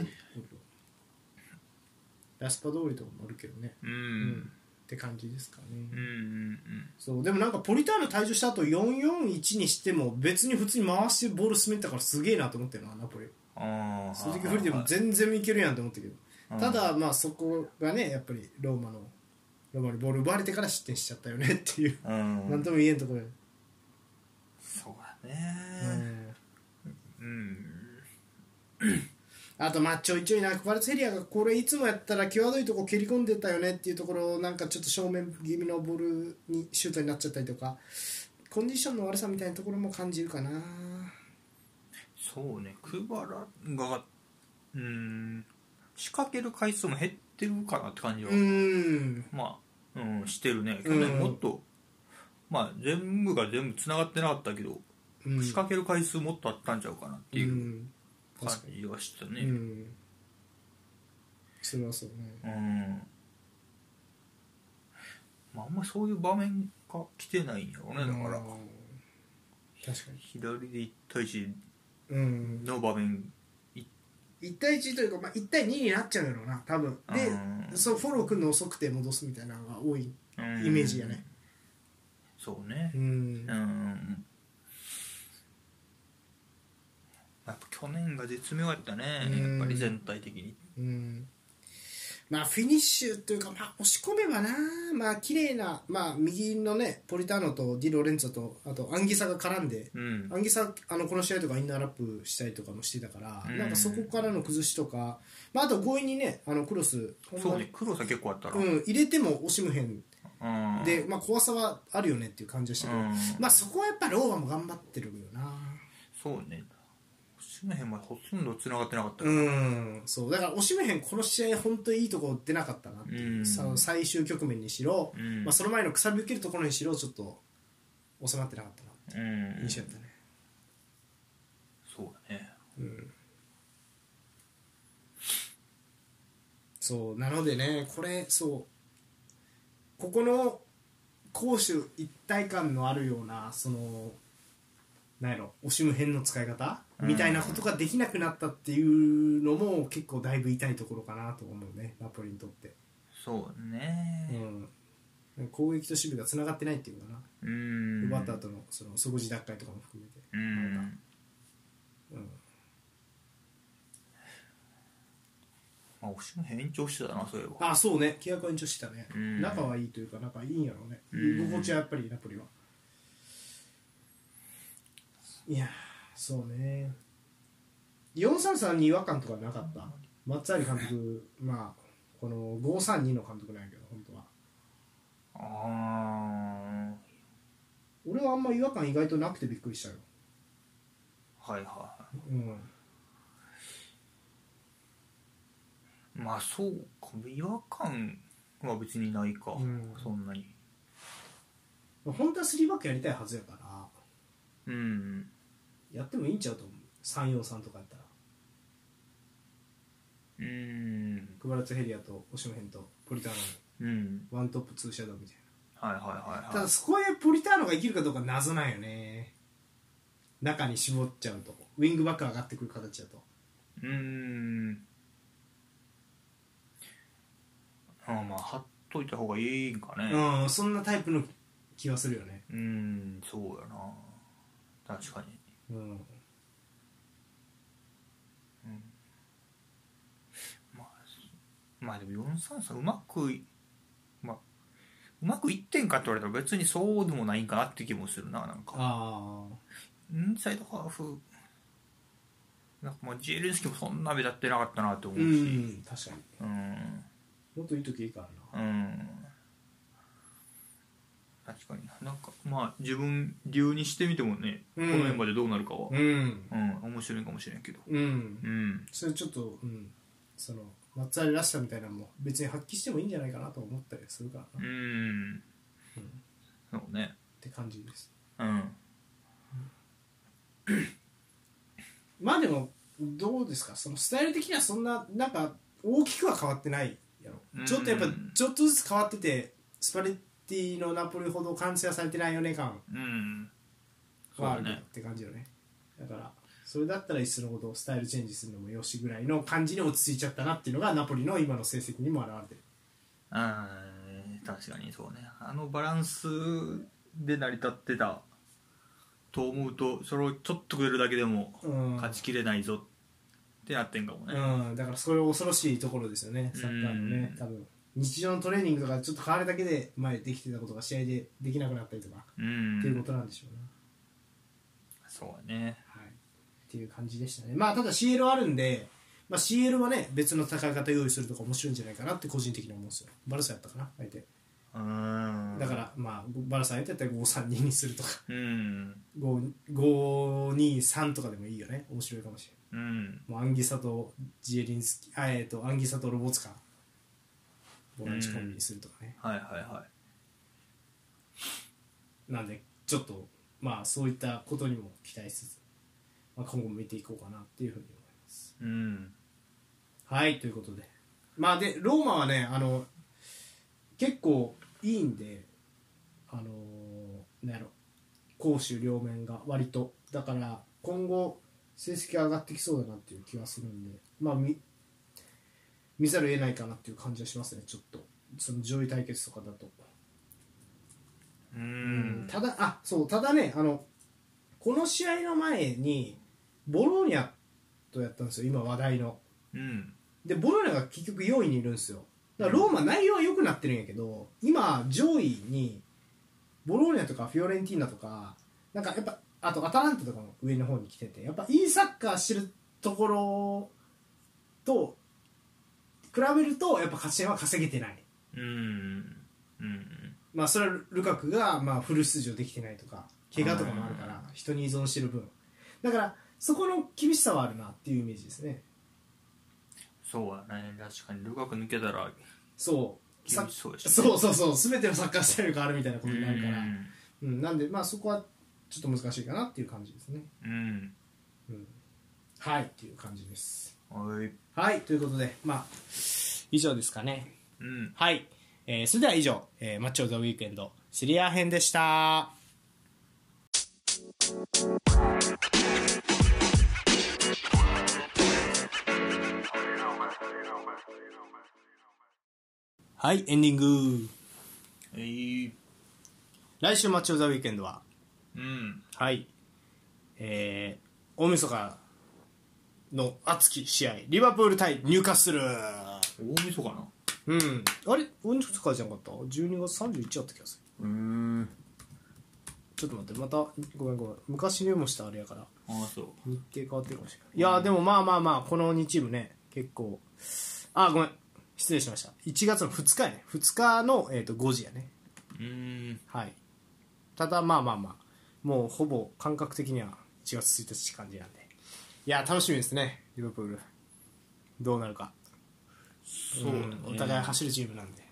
S1: ラスパ通りとかもおるけどね、って感じですかね。そうでもなんかポリターノ退場した後4-4-1にしても別に普通に回してボール進めてたからすげえなと思ってるな、ナポリ。鈴木フリでも全然いけるやんと思ったけど、ただまあそこがねやっぱりローマにボール奪われてから失点しちゃったよねっていう、なんとも言えんところで。
S2: そうだね。
S1: あとまあちょいちょいクバルツエリアがこれいつもやったら際どいとこ蹴り込んでたよねっていうところ、なんかちょっと正面気味のボールにシュートになっちゃったりとか、コンディションの悪さみたいなところも感じるかな。
S2: そうね、クバラが仕掛ける回数も減ってるかなって感じはしてるね。去年もっと、全部が全部つながってなかったけど、仕掛ける回数もっとあったんちゃうかなっていう感じはしたね。
S1: それはそうね。
S2: あんまそういう場面が来てないんやろうね。だから
S1: 確かに
S2: 左で1対1の場面、
S1: 1対1というか、1対2になっちゃうやろうな多分で、そうフォローくんの遅くて戻すみたいなのが多いイメージやね。
S2: そうね。やっぱ去年が絶妙やったね、やっぱり全体的に。フィニッシュというか、押し込めばな、綺麗な、右のねポリターノとディ・ロレンツォとあとアンギサが絡んで、アンギサこの試合とかインナーラップしたりとかもしてたから、なんかそこからの崩しとか、あと強引にねクロス、 そうね、クロスは結構あったな、
S1: 入れても惜しむへんで、怖さはあるよねっていう感じでしたけど、そこはやっぱローマも頑張ってるよな。
S2: そうね、オシムヘンはほとんど繋がってなかった
S1: そうだからオシムヘンこの試合本当にいいとこ出なかったなっていう、最終局面にしろ、その前のくさび受けるところにしろちょっと収まってなかったなって印象だったね。
S2: そうだね。
S1: そうなのでね、これここの攻守一体感のあるようななんやろオシム編の使い方みたいなことができなくなったっていうのも結構だいぶ痛いところかなと思うね、ナポリにとって。
S2: そうね、
S1: 攻撃と守備がつながってないっていうかな、奪った後の底地奪回とかも含めて、
S2: オシムヘン延長してたな、そういえば。
S1: そうね、契約は延長してたね。仲はいいというか仲いいんやろうね、居心地はやっぱりナポリは。いやそうね、433に違和感とかなかった。松有監督、この532の監督なんやけど本当は。俺はあんま違和感意外となくてびっくりしたよ。
S2: そうか、違和感は別にないか、そんなに。
S1: 本当は3バックやりたいはずやから、やってもいいんちゃうと思う、343とかやったら。クバルツヘリアとオシムヘンとポリターノワントップツーシャドウみたい
S2: な。はいはいはいはい。
S1: ただそこへポリターノが生きるかどうか謎なんよね。中に絞っちゃうとウィングバック上がってくる形だと。
S2: まあ貼っといた方がいいんかね。
S1: そんなタイプの気はするよね。
S2: そうやな、確かに。まあでも433うまくいってんかって言われたら別にそうでもないんかなって気もするな。なんかインサイドハーフなんかもうジエリンスキもそんな目立ってなかったなって思うし、
S1: 確かに、もっといい時いいからな。
S2: 確かになんかまあ自分流にしてみてもね、このメンバーでどうなるかは面白いかもしれんけど、
S1: それちょっと、その松原らしさみたいなのも別に発揮してもいいんじゃないかなと思ったりするからな。
S2: そうね
S1: って感じです。まあでもどうですか、そのスタイル的にはそんななんか大きくは変わってないやろ。ちょっとやっぱちょっとずつ変わってて、スパレッティのナポリほど完成はされてないよね感はあるって感じよね。だからそれだったらいっそのことスタイルチェンジするのもよしぐらいの感じに落ち着いちゃったなっていうのがナポリの今の成績にも表れてる。
S2: 確かにそうね。バランスで成り立ってたと思うと、それをちょっとくれるだけでも勝ちきれないぞってなってんかもね。
S1: だからそれは恐ろしいところですよね、サッカーのね。多分日常のトレーニングとかちょっと変わるだけで前できてたことが試合でできなくなったりとかっていうことなんでしょうね。
S2: そうね、
S1: っていう感じでしたね。まあただ CL あるんで、CL はね別の戦い方用意するとか面白いんじゃないかなって個人的に思うんですよ。バルサやったかな相手。だからバルサ相手だったら 5-3-2 にするとか、5-2-3 とかでもいいよね。面白いかもしれない。もうアンギサとジエリンスキアンギサとロボツカボランチコンビにするとかね。なんでちょっとそういったことにも期待しつつ、今後も見ていこうかなっていうふうに思います。はい、ということででローマはね結構いいんでなんやろ、攻守両面が割とだから今後成績が上がってきそうだなっていう気がするんで、見ざるを得ないかなっていう感じはしますね。ちょっとその上位対決とかだとただねこの試合の前にボローニャとやったんですよ、今話題の。でボローニャが結局4位にいるんですよ。だからローマ内容は良くなってるんやけど、今上位にボローニャとかフィオレンティーナとかなんかやっぱあとアタランタとかも上の方に来てて、やっぱいいサッカーしてるところと比べるとやっぱ勝ち点は稼げてない。それはルカクがフル出場できてないとか怪我とかもあるから人に依存してる分だからそこの厳しさはあるなっていうイメージですね。
S2: そうだね、確かにルカク抜けたら
S1: そう
S2: 厳しそうでしょ、
S1: そう全てのサッカースタイルが変わるみたいなことになるから、なんでそこはちょっと難しいかなっていう感じですね。はいっていう感じです。はいということで以上ですかね。はい、それでは以上、マッチョ・ザ・ウィークエンドセリア編でした。はいエンディング。来週マッチョ・ザ・ウィークエンドははい大晦日の熱き試合リバプール対ニューカッスル。
S2: 大晦日な。
S1: あれ大晦日じゃなかった？ 12 月31だった気がする。ちょっと待って、またごめん昔メモしたあれやから
S2: そう
S1: 日程変わってるかもしれない。いやでもこの2チームね結構ごめん失礼しました。1月の2日やね。2日の、5時やね。はい。ただもうほぼ感覚的には1月1日感じなんで、いや楽しみですね。リバプールどうなるか。そうだね、お互い走るチームなんで。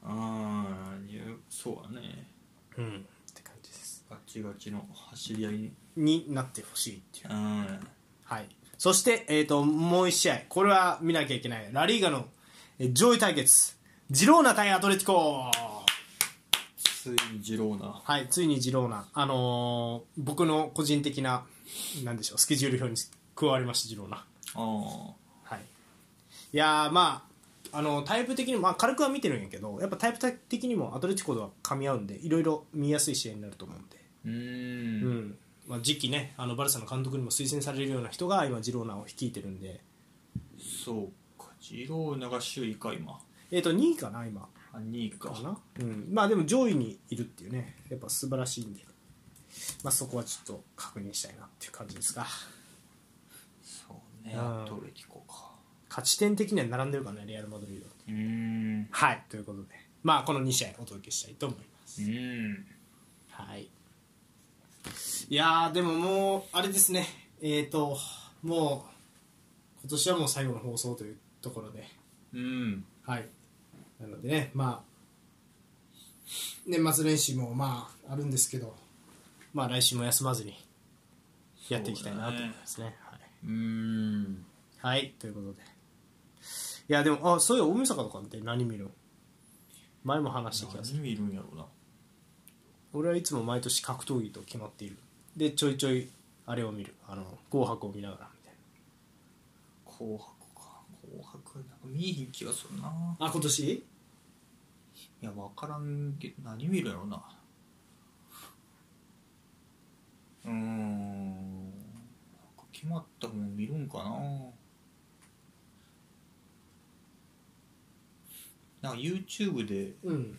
S2: そうだね。
S1: って感じです。
S2: ガチガチの走り合い
S1: になってほしいっていう。はい。そしてもう1試合これは見なきゃいけないラリーガの上位対決ジローナ対アトレティコ。
S2: ついにジローナ。
S1: はい、ついにジローナ。僕の個人的な、なんでしょう、スケジュール表に加わりました、ジローナ。はい。いやー、まあ、タイプ的にも、まあ、軽くは見てるんやけど、やっぱタイプ的にもアトレティコとは噛み合うんで、いろいろ見やすい試合になると思うんで。まあ、次期ね、バルサの監督にも推薦されるような人が今、ジローナを率いてるんで。
S2: そうか、ジローナが首位か、今。
S1: 2位かな、今。
S2: 2位か
S1: な。まあでも上位にいるっていうね、やっぱ素晴らしいんで、まあ、そこはちょっと確認したいなっていう感じですが。
S2: そうね、アトレティコか。
S1: 勝ち点的には並んでるからね、レアル・マドリード。はい、ということで、まあこの2試合お届けしたいと思います。はい。いやー、でももうあれですね、もう今年はもう最後の放送というところで、はい。なのでね、まあ年末年始もまああるんですけど、まあ来週も休まずにやっていきたいなと思いますね。はい、ということで、いやでもそういう大晦日とかって何見るん？前も話した気がする。
S2: 何見るんやろうな。
S1: 俺はいつも毎年格闘技と決まっている。でちょいちょいあれを見る、紅白を見ながらみたい
S2: な。紅白か。紅白なんか見えへん気がするな。
S1: 今年？
S2: いや分からんけど何見るやろうな。なんか決まったもん見るんかな。なんか YouTube で、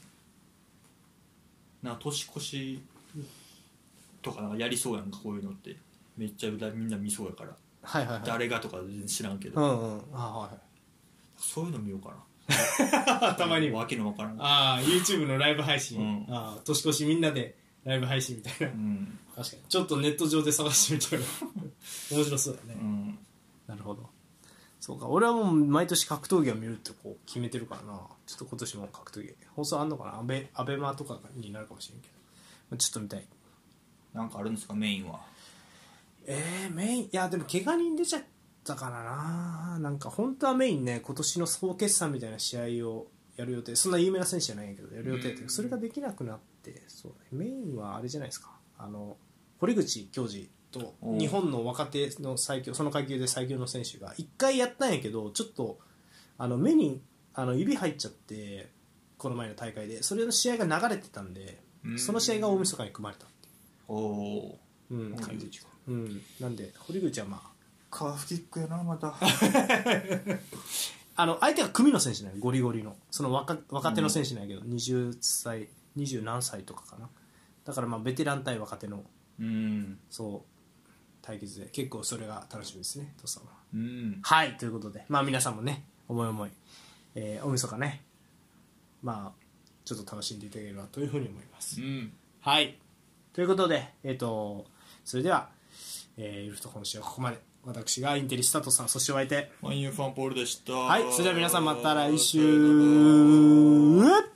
S2: なんか年越しとかなんかやりそうやんか、こういうのってめっちゃみんな見そうやから、誰がとか全然知らんけど、そういうの見ようか
S1: な。たまに
S2: わけのわからん。
S1: YouTube のライブ配信、年越しみんなでライブ配信みたいな、確かにちょっとネット上で探してみたら面白そうだね。なるほど。そうか、俺はもう毎年格闘技を見るってこう決めてるからな。ちょっと今年も格闘技放送あんのかな。アベマとかになるかもしれんけど、ちょっと見たい。
S2: なんかあるんですか、メインは。
S1: メイン、いやでも怪我人出ちゃったからな。なんか本当はメインね、今年の総決算みたいな試合をやる予定、そんな有名な選手じゃないんやけどやる予定で、それができなくなって、そうメインはあれじゃないですか、堀口恭司と日本の若手の最強、その階級で最強の選手が1回やったんやけど、ちょっと目に指入っちゃって、この前の大会でそれの試合が流れてたんで、その試合が大晦日に組まれたっていう感じ。なんで堀口はまあ
S2: カーフキックやな、また
S1: 相手が組の選手なんや、ゴリゴリのその若手の選手なんやけど、20歳20何歳とかかな。だからまあベテラン対若手のそう対決で、結構それが楽しみですね、トさんは。はい、ということで、まあ皆さんもね、思い思い、大晦日ね、まあちょっと楽しんでいただければというふうに思います。はい、ということで、それでは、ゆるふと今週はここまで。私がインテリスタトさん、そしてお相手
S2: マンユーファンポールでした。
S1: はい、それでは皆さんまた来週。